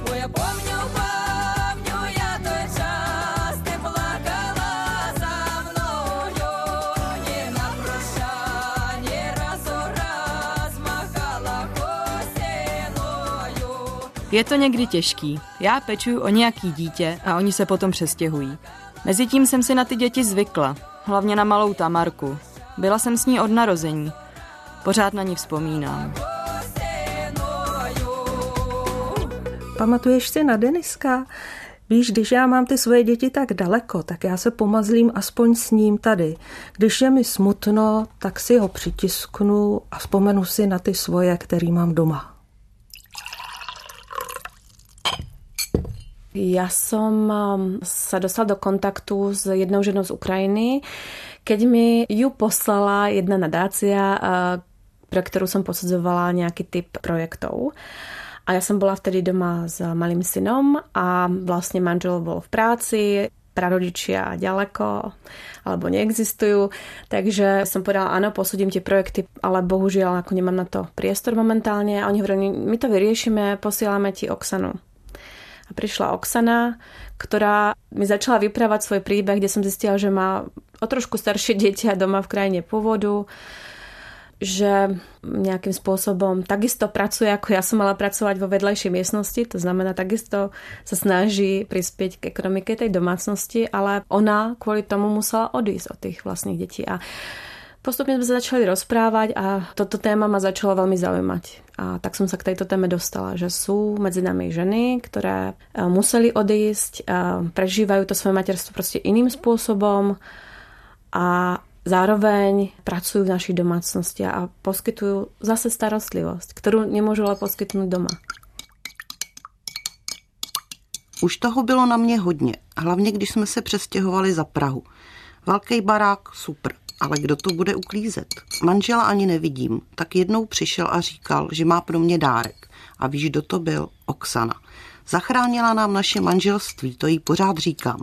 Je to někdy těžký. Já pečuju o nějaký dítě a oni se potom přestěhují. Mezitím jsem si na ty děti zvykla, hlavně na malou Tamarku. Byla jsem s ní od narození. Pořád na ní vzpomínám. Pamatuješ si na Deniska? Víš, když já mám ty svoje děti tak daleko, tak já se pomazlím aspoň s ním tady. Když je mi smutno, tak si ho přitisknu a vzpomenu si na ty svoje, který mám doma. Ja som sa dostala do kontaktu s jednou ženou z Ukrajiny, keď mi ju poslala jedna nadácia, pre ktorú som posudzovala nejaký typ projektov. A ja som bola vtedy doma s malým synom a vlastne manžel bol v práci, prarodičia ďaleko alebo neexistujú. Takže som povedala, áno, posúdim tie projekty, ale bohužiaľ ako nemám na to priestor momentálne. A oni hovorili, my to vyriešime, posielame ti Oksanu. A prišla Oksana, ktorá mi začala vyprávať svoj príbeh, kde som zistila, že má o trošku staršie dieťa doma v krajine pôvodu, že nejakým spôsobom takisto pracuje, ako ja som mala pracovať vo vedľajšej miestnosti, to znamená takisto sa snaží prispieť k ekonomike tej domácnosti, ale ona kvôli tomu musela odísť od tých vlastných detí. A postupne sme sa začali rozprávať a toto téma ma začalo veľmi zaujímať. A tak som sa k tejto téme dostala, že sú medzi nami ženy, ktoré museli odísť, prežívajú to svoje materstvo proste iným spôsobom a zároveň pracujú v našich domácnosti a poskytujú zase starostlivosť, ktorú nemôžu ale poskytnúť doma. Už toho bylo na mě hodně, hlavně když jsme se přestěhovali za Prahu. Velký barák, super. Ale kdo to bude uklízet? Manžela ani nevidím, tak jednou přišel a říkal, že má pro mě dárek. A víš, kdo to byl? Oksana. Zachránila nám naše manželství, to jí pořád říkám.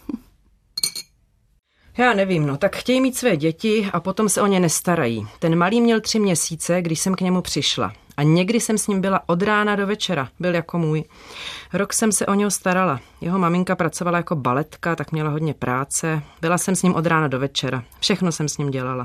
Já nevím, no, tak chtějí mít své děti a potom se o ně nestarají. Ten malý měl 3 měsíce, když jsem k němu přišla. A někdy jsem s ním byla od rána do večera, byl jako můj. Rok jsem se o něho starala. Jeho maminka pracovala jako baletka, tak měla hodně práce. Byla jsem s ním od rána do večera. Všechno jsem s ním dělala.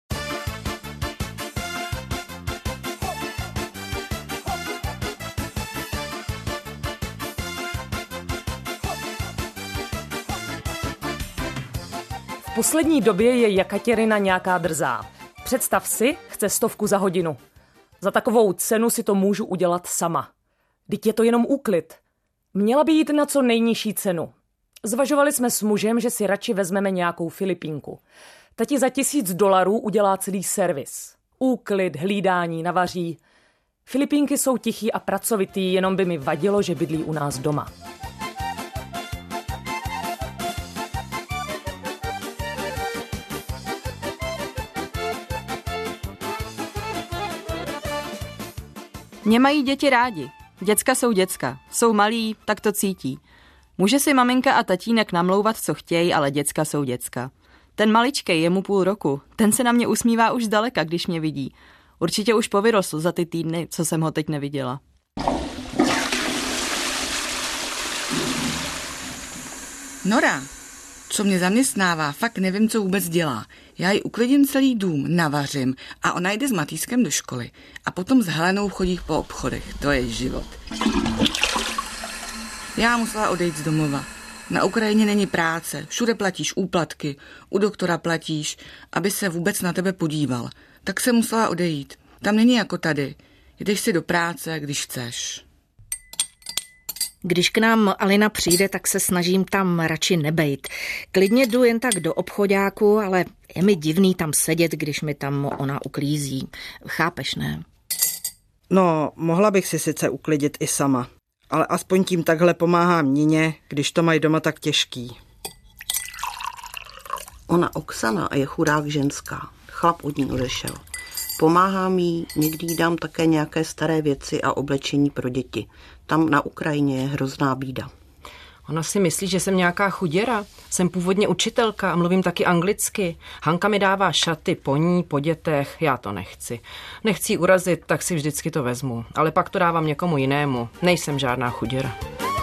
V poslední době je Jekatěrina nějaká drzá. Představ si, chce 100 za hodinu. Za takovou cenu si to můžu udělat sama. Vždyť je to jenom úklid. Měla by jít na co nejnižší cenu. Zvažovali jsme s mužem, že si radši vezmeme nějakou Filipínku. Ta ti za $1000 udělá celý servis. Úklid, hlídání, navaří. Filipínky jsou tichý a pracovitý, jenom by mi vadilo, že bydlí u nás doma. Mě mají děti rádi. Děcka jsou děcka. Jsou malí, tak to cítí. Může si maminka a tatínek namlouvat, co chtějí, ale děcka jsou děcka. Ten maličkej, je mu 0,5 roku. Ten se na mě usmívá už zdaleka, když mě vidí. Určitě už povyrostl za ty týdny, co jsem ho teď neviděla. Nora, co mě zaměstnává, fakt nevím, co vůbec dělá. Já jí uklidím celý dům, navařím a ona jde s Matýskem do školy. A potom s Helenou chodí po obchodech. To je život. Já musela odejít z domova. Na Ukrajině není práce, všude platíš úplatky, u doktora platíš, aby se vůbec na tebe podíval. Tak se musela odejít. Tam není jako tady. Jdeš si do práce, když chceš. Když k nám Alina přijde, tak se snažím tam radši nebejt. Klidně jdu jen tak do obchoďáku, ale je mi divný tam sedět, když mi tam ona uklízí. Chápeš, ne? No, mohla bych si sice uklidit i sama, ale aspoň tím takhle pomáhám Nině, když to mají doma tak těžký. Ona Oksana je chudák ženská. Chlap od ní odešel. Pomáhám jí, někdy jí dám také nějaké staré věci a oblečení pro děti. Tam na Ukrajině je hrozná bída. Ona si myslí, že jsem nějaká chuděra. Jsem původně učitelka a mluvím taky anglicky. Hanka mi dává šaty po ní, po dětech. Já to nechci. Nechci urazit, tak si vždycky to vezmu. Ale pak to dávám někomu jinému. Nejsem žádná chuděra.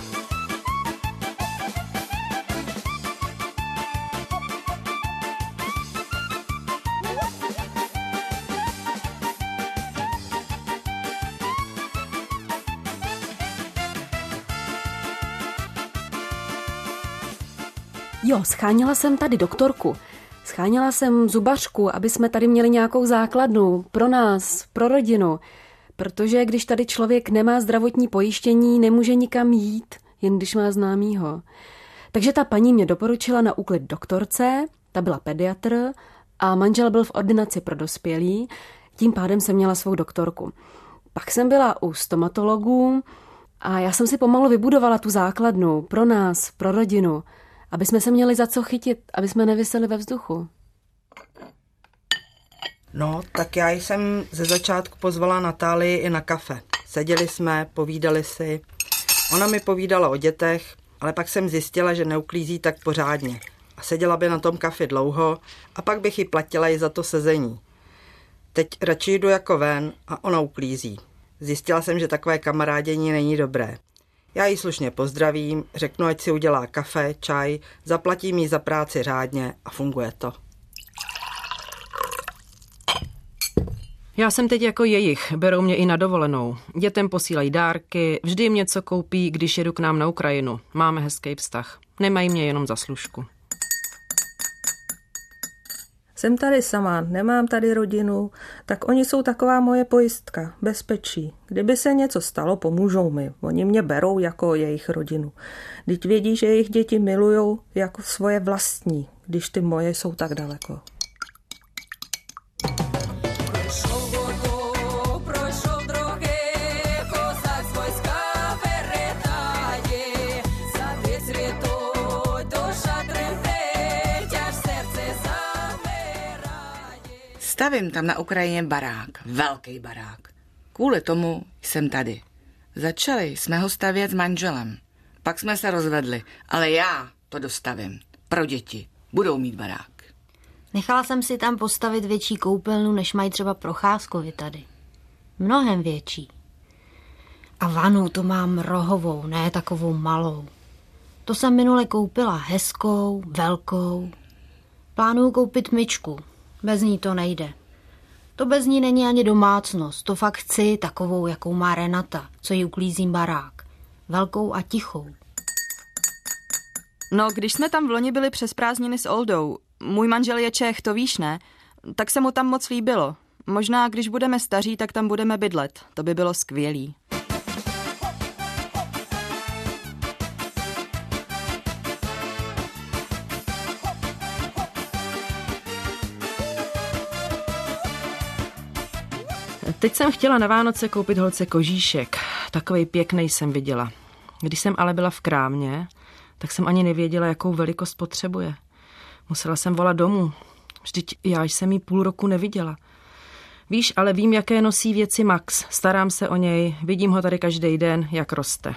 Jo, scháněla jsem tady doktorku. Scháněla jsem zubařku, aby jsme tady měli nějakou základnu pro nás, pro rodinu. Protože když tady člověk nemá zdravotní pojištění, nemůže nikam jít, jen když má známýho. Takže ta paní mě doporučila na úklid doktorce, ta byla pediatr a manžel byl v ordinaci pro dospělí, tím pádem jsem měla svou doktorku. Pak jsem byla u stomatologů a já jsem si pomalu vybudovala tu základnu pro nás, pro rodinu, aby jsme se měli za co chytit, aby jsme neviseli ve vzduchu. No, tak já jsem ze začátku pozvala Natálii i na kafe. Seděli jsme, povídali si. Ona mi povídala o dětech, ale pak jsem zjistila, že neuklízí tak pořádně. A seděla by na tom kafi dlouho a pak bych jí platila i za to sezení. Teď radši jdu jako ven a ona uklízí. Zjistila jsem, že takové kamarádění není dobré. Já ji slušně pozdravím, řeknu, ať si udělá kafe, čaj, zaplatím jí za práci řádně a funguje to. Já jsem teď jako jejich, berou mě i na dovolenou. Dětem posílají dárky, vždy jim něco koupí, když jedu k nám na Ukrajinu. Máme hezký vztah. Nemají mě jenom za služku. Jsem tady sama, nemám tady rodinu, tak oni jsou taková moje pojistka, bezpečí. Kdyby se něco stalo, pomůžou mi. Oni mě berou jako jejich rodinu. Vždyť vědí, že jejich děti milujou jako svoje vlastní, když ty moje jsou tak daleko. Stavím tam na Ukrajině barák, velký barák. Kvůli tomu jsem tady. Začali jsme ho stavět s manželem. Pak jsme se rozvedli, ale já to dostavím. Pro děti. Budou mít barák. Nechala jsem si tam postavit větší koupelnu, než mají třeba Procházkovi tady. Mnohem větší. A vanu tu mám rohovou, ne takovou malou. To jsem minule koupila hezkou, velkou. Plánuju koupit myčku. Bez ní to nejde. To bez ní není ani domácnost. To fakt chci takovou, jakou má Renata, co jí uklízím barák. Velkou a tichou. No, když jsme tam v loni byli přes prázdniny s Oldou, můj manžel je Čech, to víš, ne? Tak se mu tam moc líbilo. Možná, když budeme staří, tak tam budeme bydlet. To by bylo skvělý. Teď jsem chtěla na Vánoce koupit holce kožíšek. Takovej pěkný jsem viděla. Když jsem ale byla v krámě, tak jsem ani nevěděla, jakou velikost potřebuje. Musela jsem volat domů. Vždyť já jsem jí půl roku neviděla. Víš, ale vím, jaké nosí věci Max. Starám se o něj, vidím ho tady každý den, jak roste.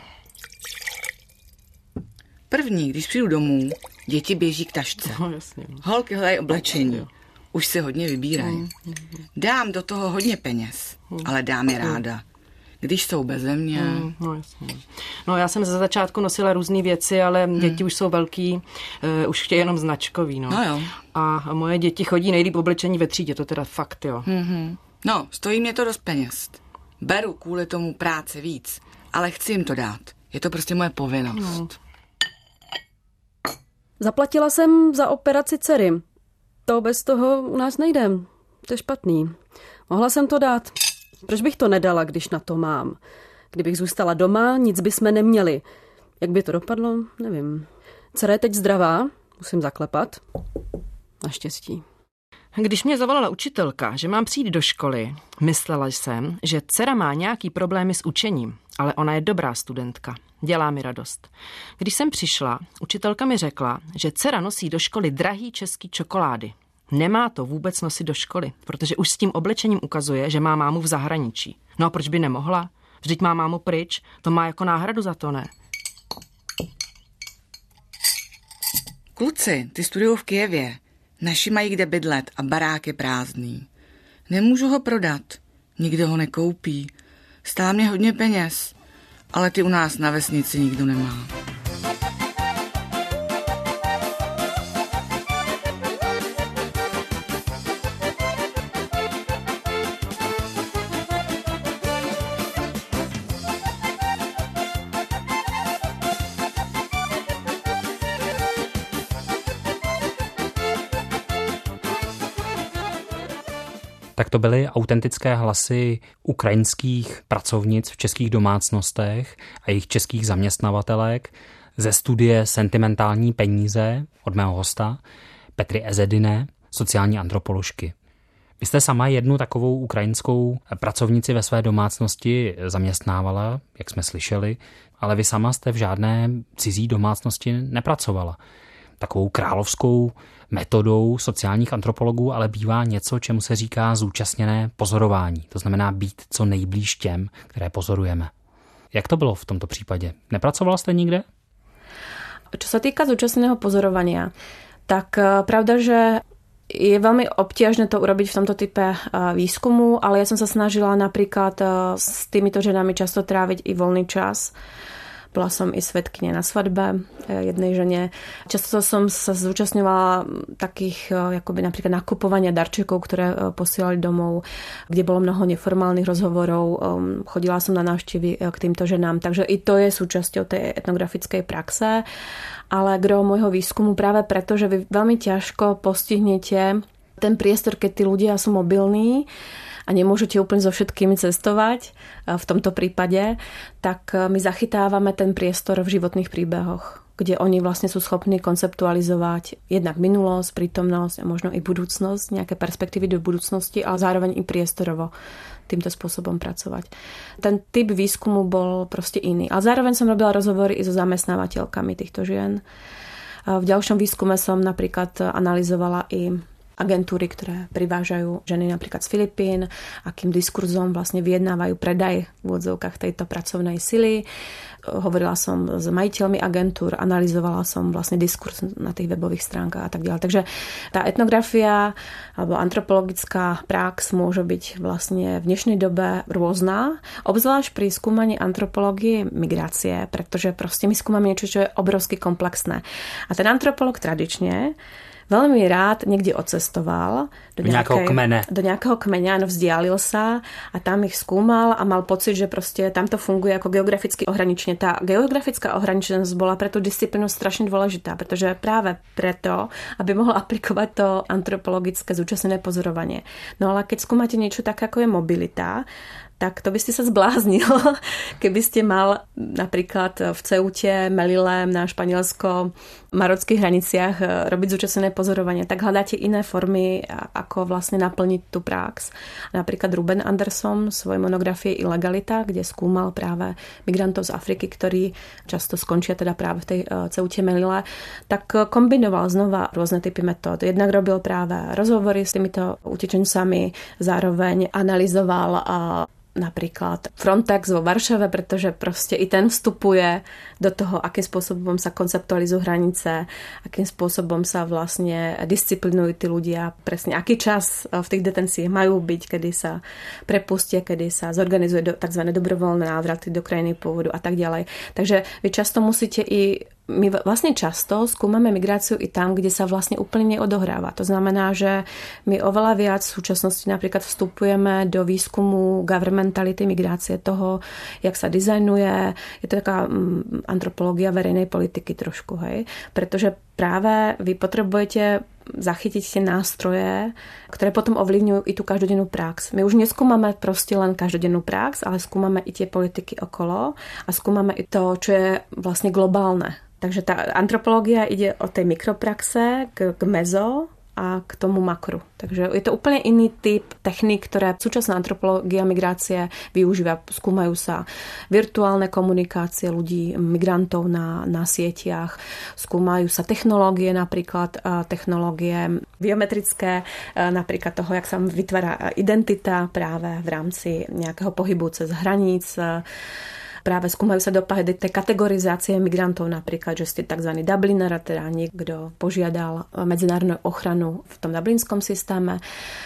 První, když přijdu domů, děti běží k tašce. No, jasně. Holky hledají oblečení. Už se hodně vybírají. Dám do toho hodně peněz, ale dám je ráda. Když jsou beze mě... No, jasně. No, já jsem ze začátku nosila různé věci, ale děti už jsou velký, už chtějí jenom značkový, no. No jo. A moje děti chodí nejlíp oblečení ve třídě, to teda fakt, jo. No, stojí mě to dost peněz. Beru kvůli tomu práce víc, ale chci jim to dát. Je to prostě moje povinnost. No. Zaplatila jsem za operaci dcery. To bez toho u nás nejde. To je špatný. Mohla jsem to dát. Proč bych to nedala, když na to mám? Kdybych zůstala doma, nic bychom neměli. Jak by to dopadlo? Nevím. Dcera je teď zdravá, musím zaklepat. Naštěstí. Když mě zavolala učitelka, že mám přijít do školy, myslela jsem, že dcera má nějaký problémy s učením, ale ona je dobrá studentka. Dělá mi radost. Když jsem přišla, učitelka mi řekla, že dcera nosí do školy drahý český čokolády. Nemá to vůbec nosit do školy, protože už s tím oblečením ukazuje, že má mámu v zahraničí. No a proč by nemohla? Vždyť má mámu pryč, to má jako náhradu za to, ne? Kluci, ty studují v Kyjevě. Naši mají kde bydlet a barák je prázdný. Nemůžu ho prodat. Nikdo ho nekoupí. Stál mě hodně peněz, ale ty u nás na vesnici nikdo nemá. Tak to byly autentické hlasy ukrajinských pracovnic v českých domácnostech a jejich českých zaměstnavatelek ze studie Sentimentální peníze od mého hosta Petry Ezedine, sociální antropoložky. Vy jste sama jednu takovou ukrajinskou pracovnici ve své domácnosti zaměstnávala, jak jsme slyšeli, ale vy sama jste v žádné cizí domácnosti nepracovala. Takovou královskou metodou sociálních antropologů ale bývá něco, čemu se říká zúčastněné pozorování. To znamená být co nejblíž těm, které pozorujeme. Jak to bylo v tomto případě? Nepracovala jste nikde? Čo sa týka zúčastneného pozorovania, tak pravda, že je veľmi obťažné to urobiť v tomto type výskumu, ale ja som sa snažila napríklad s týmito ženami často tráviť i voľný čas. Bola som i svedkyne na svadbe jednej žene. Často som sa zúčastňovala takých akoby napríklad nakupovania darčekov, ktoré posielali domov, kde bolo mnoho neformálnych rozhovorov. Chodila som na návštevy k týmto ženám, takže i to je súčasťou tej etnografickej praxe. Ale gro môjho výskumu práve preto, že vy veľmi ťažko postihnete ten priestor, keď tí ľudia sú mobilní a nemôžete úplne so všetkými cestovať v tomto prípade, tak my zachytávame ten priestor v životných príbehoch, kde oni vlastne sú schopní konceptualizovať jednak minulosť, prítomnosť a možno i budúcnosť, nejaké perspektívy do budúcnosti, ale zároveň i priestorovo týmto spôsobom pracovať. Ten typ výskumu bol proste iný. Ale zároveň som robila rozhovory i so zamestnávateľkami týchto žien. V ďalšom výskume som napríklad analyzovala i agentúry, ktoré privážajú ženy napríklad z Filipín, akým diskurzom vlastne vyjednávajú predaj v úvodzovkách tejto pracovnej sily. Hovorila som s majiteľmi agentúr, analyzovala som vlastne diskurs na tých webových stránkach a tak ďalej. Takže tá etnografia alebo antropologická prax môže byť vlastne v dnešnej dobe rôzna, obzvlášť pri skúmaní antropológie migrácie, pretože proste my skúmame niečo, čo je obrovsky komplexné. A ten antropolog tradične veľmi rád niekde odcestoval do nejakého kmeňa, no vzdialil sa a tam ich skúmal a mal pocit, že proste tam to funguje ako geograficky ohraničenie. Tá geografická ohraničenosť bola pre tú disciplínu strašne dôležitá, pretože práve preto, aby mohol aplikovať to antropologické zúčastnené pozorovanie. No ale keď skúmate niečo tak, ako je mobilita, tak to by ste sa zbláznil, keby ste mal napríklad v Ceute, Melille na španielsko-marockých hraniciach robiť zúčastnené pozorovanie. Tak hľadáte iné formy, ako vlastne naplniť tú prax. Napríklad Ruben Anderson v svojej monografii Ilegalita, kde skúmal práve migrantov z Afriky, ktorí často skončia teda práve v tej Ceute, Melille, tak kombinoval znova rôzne typy metód. Jednak robil práve rozhovory s týmito utečencami, zároveň analyzoval napríklad Frontex vo Varšave, pretože proste i ten vstupuje do toho, akým spôsobom sa konceptualizujú hranice, akým spôsobom sa vlastne disciplinujú tí ľudia, presne aký čas v tých detenciách majú byť, kedy sa prepustia, kedy sa zorganizuje tzv. Dobrovoľné návraty do krajiny pôvodu a tak ďalej. Takže vy často musíte my vlastne často skúmame migráciu i tam, kde sa vlastne úplne neodohráva. To znamená, že my oveľa viac v súčasnosti napríklad vstupujeme do výskumu governmentality migrácie, toho, jak sa dizajnuje. Je to taká antropológia verejnej politiky trošku, hej? Pretože práve vy potrebujete zachytiť tie nástroje, ktoré potom ovlivňujú i tú každodennú prax. My už neskúmame proste len každodennú prax, ale skúmame i tie politiky okolo a skúmame i to, čo je vlastne globálne. Takže tá antropológia ide od tej mikropraxe k mezo a k tomu makru. Takže je to úplne iný typ techník, ktoré súčasná antropológia migrácie využíva. Skúmajú sa virtuálne komunikácie ľudí, migrantov na sieťach, skúmajú sa technológie, napríklad technológie biometrické, napríklad toho, jak sa vytvára identita práve v rámci nejakého pohybu cez hraníc. Práve skúmajú sa dopady tej kategorizácie migrantov, napríklad, že ste tzv. Dubliner, teda niekto požiadal medzinárodnú ochranu v tom dublinskom systéme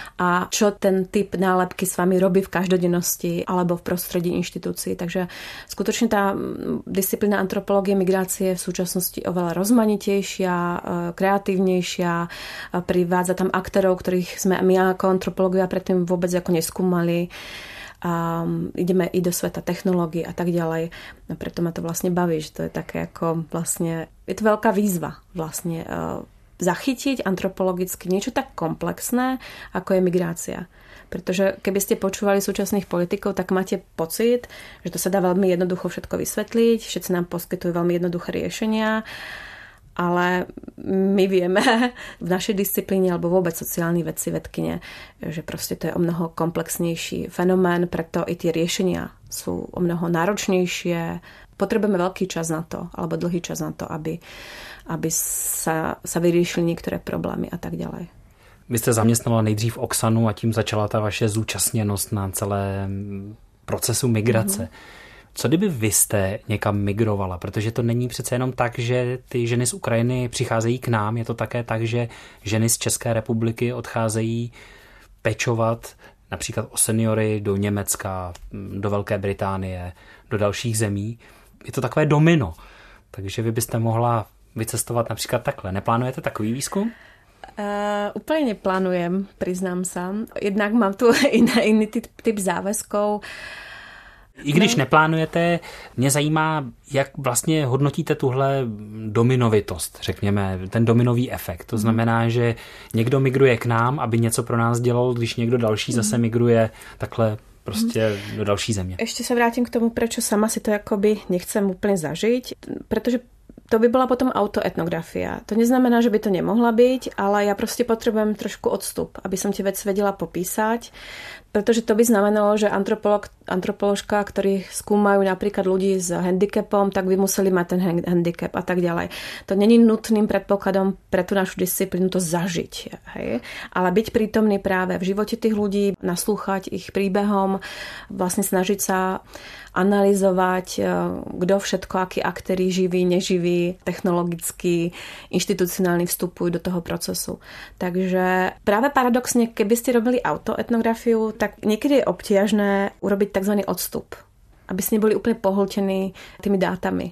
a čo ten typ nálepky s vami robí v každodennosti alebo v prostredí inštitúcií. Takže skutočne tá disciplína antropológie migrácie je v súčasnosti oveľa rozmanitejšia, kreatívnejšia, privádza tam aktérov, ktorých sme my ako antropológovia predtým vôbec ako neskúmali. A ideme i do sveta technológií a tak ďalej. A preto ma to vlastne baví, že to je také ako vlastne, je to veľká výzva vlastne zachytiť antropologicky niečo tak komplexné, ako je migrácia. Pretože keby ste počúvali súčasných politikov, tak máte pocit, že to sa dá veľmi jednoducho všetko vysvetliť, všetci nám poskytujú veľmi jednoduché riešenia, ale my vieme v našej disciplíne alebo vôbec sociálni vedci, vedkyne, že proste to je o mnoho komplexnejší fenomén, preto i tie riešenia sú o mnoho náročnejšie. Potrebujeme veľký čas na to, alebo dlhý čas na to, aby sa vyriešili niektoré problémy a tak ďalej. Vy jste zaměstnala nejdřív Oksanu a tím začala ta vaše zúčastněnost na celém procesu migrace. Mm-hmm. Co kdyby vy jste někam migrovala? Protože to není přece jenom tak, že ty ženy z Ukrajiny přicházejí k nám, je to také tak, že ženy z České republiky odcházejí pečovat například o seniory do Německa, do Velké Británie, do dalších zemí. Je to takové domino. Takže vy byste mohla vycestovat například takhle. Neplánujete takový výzkum? Úplne neplánujem, priznám sa. Jednak mám tu iný typ záväzkov. I když neplánujete, mě zajímá, jak vlastně hodnotíte tuhle dominovitost, řekněme, ten dominový efekt. To znamená, že někdo migruje k nám, aby něco pro nás dělal, když někdo další zase migruje takhle prostě do další země. Ešte sa vrátim k tomu, prečo sama si to akoby nechcem úplne zažiť, pretože to by bola potom autoetnografia. To neznamená, že by to nemohla byť, ale ja proste potrebujem trošku odstup, aby som tie veci vedela popísať. pretože to by znamenalo, že antropoložka, ktorí skúmajú napríklad ľudí s handicapom, tak by museli mať ten handicap a tak ďalej. To není nutným predpokladom pre tú našu disciplínu to zažiť. Hej? Ale byť prítomný práve v živote tých ľudí, naslúchať ich príbehom, vlastne snažiť sa analyzovať, kto všetko, akí aktéri živí, neživí, technologicky, inštitucionálne vstupujú do toho procesu. Takže práve paradoxne, keby ste robili autoetnografiu, tak niekedy je obťažné urobiť tzv. Odstup, aby ste neboli úplne pohltení tými dátami.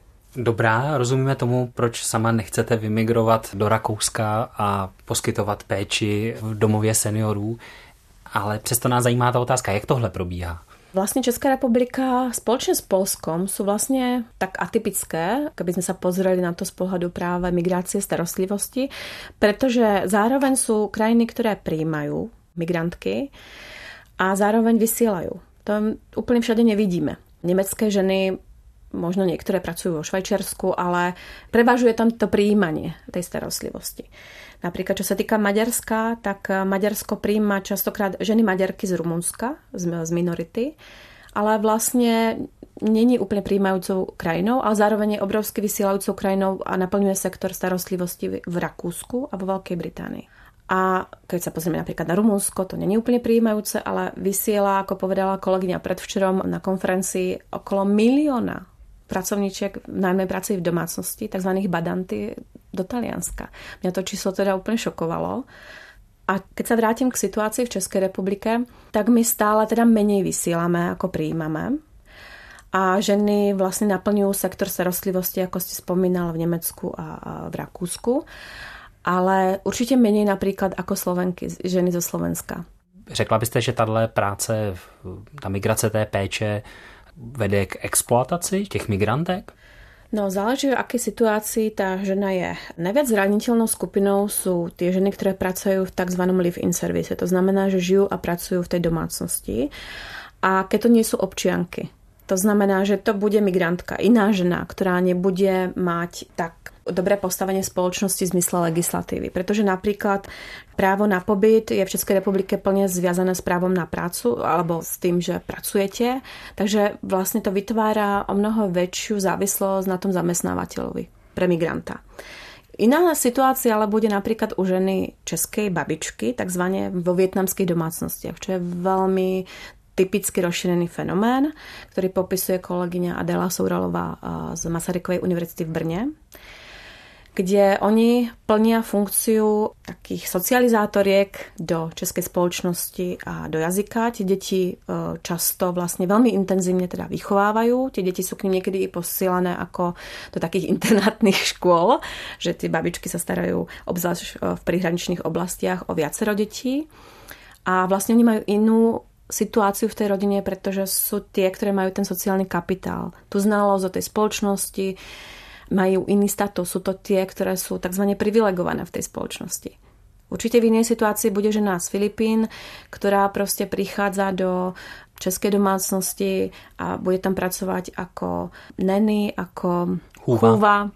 Dobrá, rozumíme tomu, proč sama nechcete vymigrovat do Rakouska a poskytovat péči v domově seniorů, ale přesto nás zajímá ta otázka, jak tohle probíhá. Vlastne Česká republika spoločne s Polskom sú vlastne tak atypické, keby sme sa pozreli na to z pohľadu práve migrácie starostlivosti, pretože zároveň sú krajiny, ktoré prijímajú migrantky a zároveň vysielajú. To úplne všade nevidíme. Nemecké ženy, možno niektoré pracujú vo Švajčiarsku, ale prevažuje tam to prijímanie tej starostlivosti. Napríklad, čo sa týka Maďarska, tak Maďarsko prijíma častokrát ženy Maďarky z Rumunska, z minority, ale vlastne není úplne prijímajúcou krajinou, ale zároveň je obrovsky vysielajúcou krajinou a naplňuje sektor starostlivosti v Rakúsku a vo Veľkej Británii. A keď sa pozrieme napríklad na Rumunsko, to není úplne prijímajúce, ale vysiela, ako povedala kolegyňa predvčerom na konferencii, okolo 1 milióna pracovníčiek v nájomnej práci v domácnosti, tzv. Badanty, do Talianska. Mňa to číslo teda úplne šokovalo. A keď sa vrátim k situácii v Českej republike, tak my stále teda menej vysielame, ako prijímame. A ženy vlastne naplňujú sektor starostlivosti, ako ste spomínal, v Nemecku a v Rakúsku. Ale určite menej napríklad ako Slovenky, ženy zo Slovenska. Řekla byste, že tahle práce, ta migrace té péče vede k exploataci těch migrantek? No, záleží, v akej situácii tá žena je. Najviac zraniteľnou skupinou sú tie ženy, ktoré pracujú v tzv. Live-in service. To znamená, že žijú a pracujú v tej domácnosti. A keď to nie sú občianky. To znamená, že to bude migrantka, iná žena, ktorá nebude mať tak dobré postavenie spoločnosti v zmysle legislatívy. Pretože napríklad právo na pobyt je v Českej republike plne zviazané s právom na prácu alebo s tým, že pracujete. Takže vlastne to vytvára o mnoho väčšiu závislosť na tom zamestnávateľovi pre migranta. Iná situácia ale bude napríklad u ženy českej babičky, takzvané vo vietnamských domácnostiach, čo je veľmi typicky rozšírený fenomén, ktorý popisuje kolegyňa Adéla Souralová z Masarykovej univerzity v Brne, kde oni plnia funkciu takých socializátoriek do českej spoločnosti a do jazyka. Tie deti často vlastne veľmi intenzívne teda vychovávajú. Tie deti sú k nim niekedy i posielané ako do takých internátnych škôl, že tie babičky sa starajú obzvlášť v prihraničných oblastiach o viacero detí. A vlastne oni majú inú situáciu v tej rodine, pretože sú tie, ktoré majú ten sociálny kapitál. Tu znalosť o tej spoločnosti, majú iný status. Sú to tie, ktoré sú tzv. Privilegované v tej spoločnosti. Určite v inej situácii bude žena z Filipín, ktorá proste prichádza do českej domácnosti a bude tam pracovať ako nanny, ako chúva.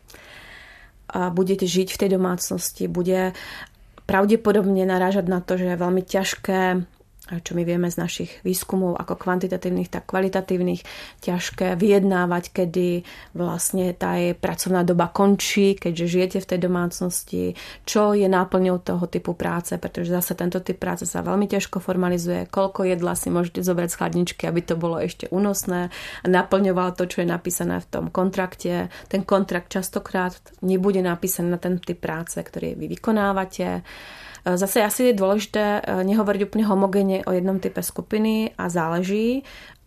A bude žiť v tej domácnosti. Bude pravdepodobne narážať na to, že je veľmi ťažké, čo my vieme z našich výskumov, ako kvantitatívnych, tak kvalitatívnych, ťažké vyjednávať, kedy vlastne tá jej pracovná doba končí, keďže žijete v tej domácnosti, čo je náplňou toho typu práce, pretože zase tento typ práce sa veľmi ťažko formalizuje, koľko jedla si môžete zobrať z chladničky, aby to bolo ešte únosné a naplňovalo to, čo je napísané v tom kontrakte. Ten kontrakt častokrát nebude napísaný na ten typ práce, ktorý vy vykonávate. Zase asi je dôležité nehovoriť úplne homogénne o jednom type skupiny a záleží,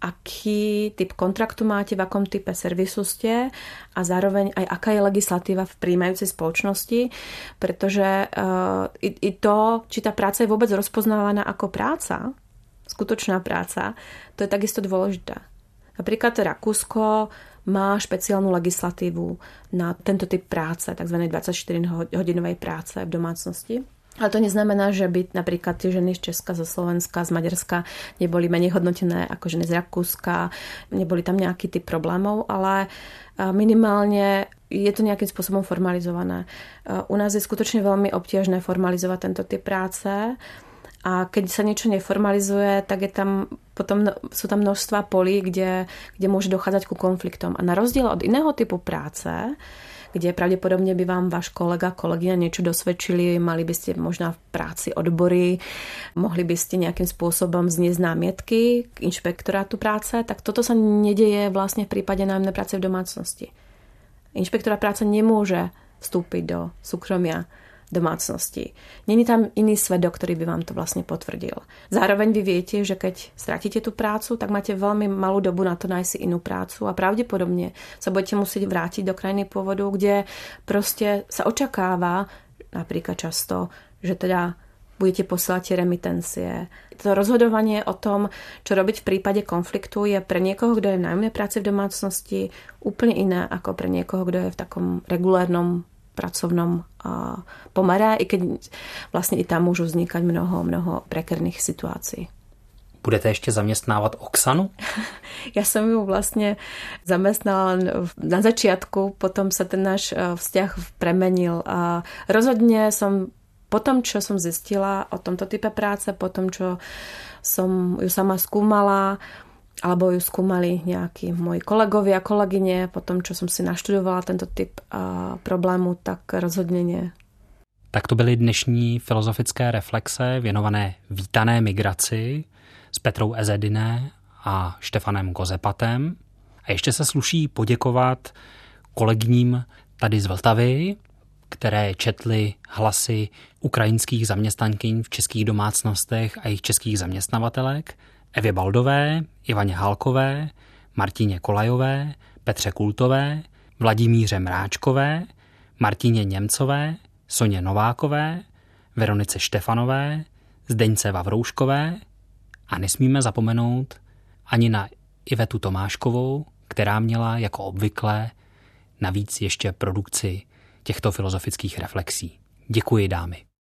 aký typ kontraktu máte, v akom type servisu ste a zároveň aj aká je legislatíva v prijímajúcej spoločnosti, pretože i to, či tá práca je vôbec rozpoznávaná ako práca, skutočná práca, to je takisto dôležité. Napríklad Rakúsko má špeciálnu legislatívu na tento typ práce, tzv. 24-hodinovej práce v domácnosti. Ale to neznamená, že by napríklad tie ženy z Česka, zo Slovenska, z Maďarska neboli menej hodnotené ako ženy z Rakúska, neboli tam nejaký typ problémov, ale minimálne je to nejakým spôsobom formalizované. U nás je skutočne veľmi obťažné formalizovať tento typ práce A keď sa niečo neformalizuje, tak je tam, potom sú tam množstva polí, kde môže dochádzať ku konfliktom. A na rozdiel od iného typu práce, kde pravdepodobne by vám váš kolega, kolegyňa niečo dosvedčili, mali by ste možno v práci odbory, mohli by ste nejakým spôsobom zniesť námietky k inšpektorátu práce, tak toto sa nedeje vlastne v prípade nájomnej práce v domácnosti. Inšpektorát práce nemôže vstúpiť do súkromia domácnosti. Není tam iný svedok, ktorý by vám to vlastne potvrdil. Zároveň vy viete, že keď stratíte tú prácu, tak máte veľmi malú dobu na to nájsť si inú prácu a pravdepodobne sa budete musieť vrátiť do krajiny pôvodu, kde proste sa očakáva napríklad často, že teda budete posielať tie remitencie. To rozhodovanie o tom, čo robiť v prípade konfliktu, je pre niekoho, kto je v nájomnej práci v domácnosti, úplne iné ako pre niekoho, kto je v takom regulérnom pracovnom pomere, i keď vlastne i tam môžu vznikať mnoho prekerných situácií. Budete ještě zaměstnávat Oksanu? Ja som ju vlastne zamestnala na začiatku, potom sa ten náš vzťah premenil a rozhodne som po tom, čo som zistila o tomto type práce, po tom, čo som ju sama skúmala, alebo ju skúmali nejakí moji kolegovia, kolegyne, po tom, čo som si naštudovala tento typ problému, tak rozhodne nie. Tak to byly dnešní filozofické reflexe věnované vítané migraci s Petrou Ezediné a Štefanem Kozepatem. A ještě se sluší poděkovat kolegním tady z Vltavy, které četly hlasy ukrajinských zaměstnankyň v českých domácnostech a jejich českých zaměstnavatelek, Evě Baldové, Ivaně Hálkové, Martině Kolajové, Petře Kultové, Vladimíře Mráčkové, Martině Němcové, Soně Novákové, Veronice Štefanové, Zdeňce Vavrouškové a nesmíme zapomenout ani na Ivetu Tomáškovou, která měla jako obvykle navíc ještě produkci těchto filozofických reflexí. Děkuji, dámy.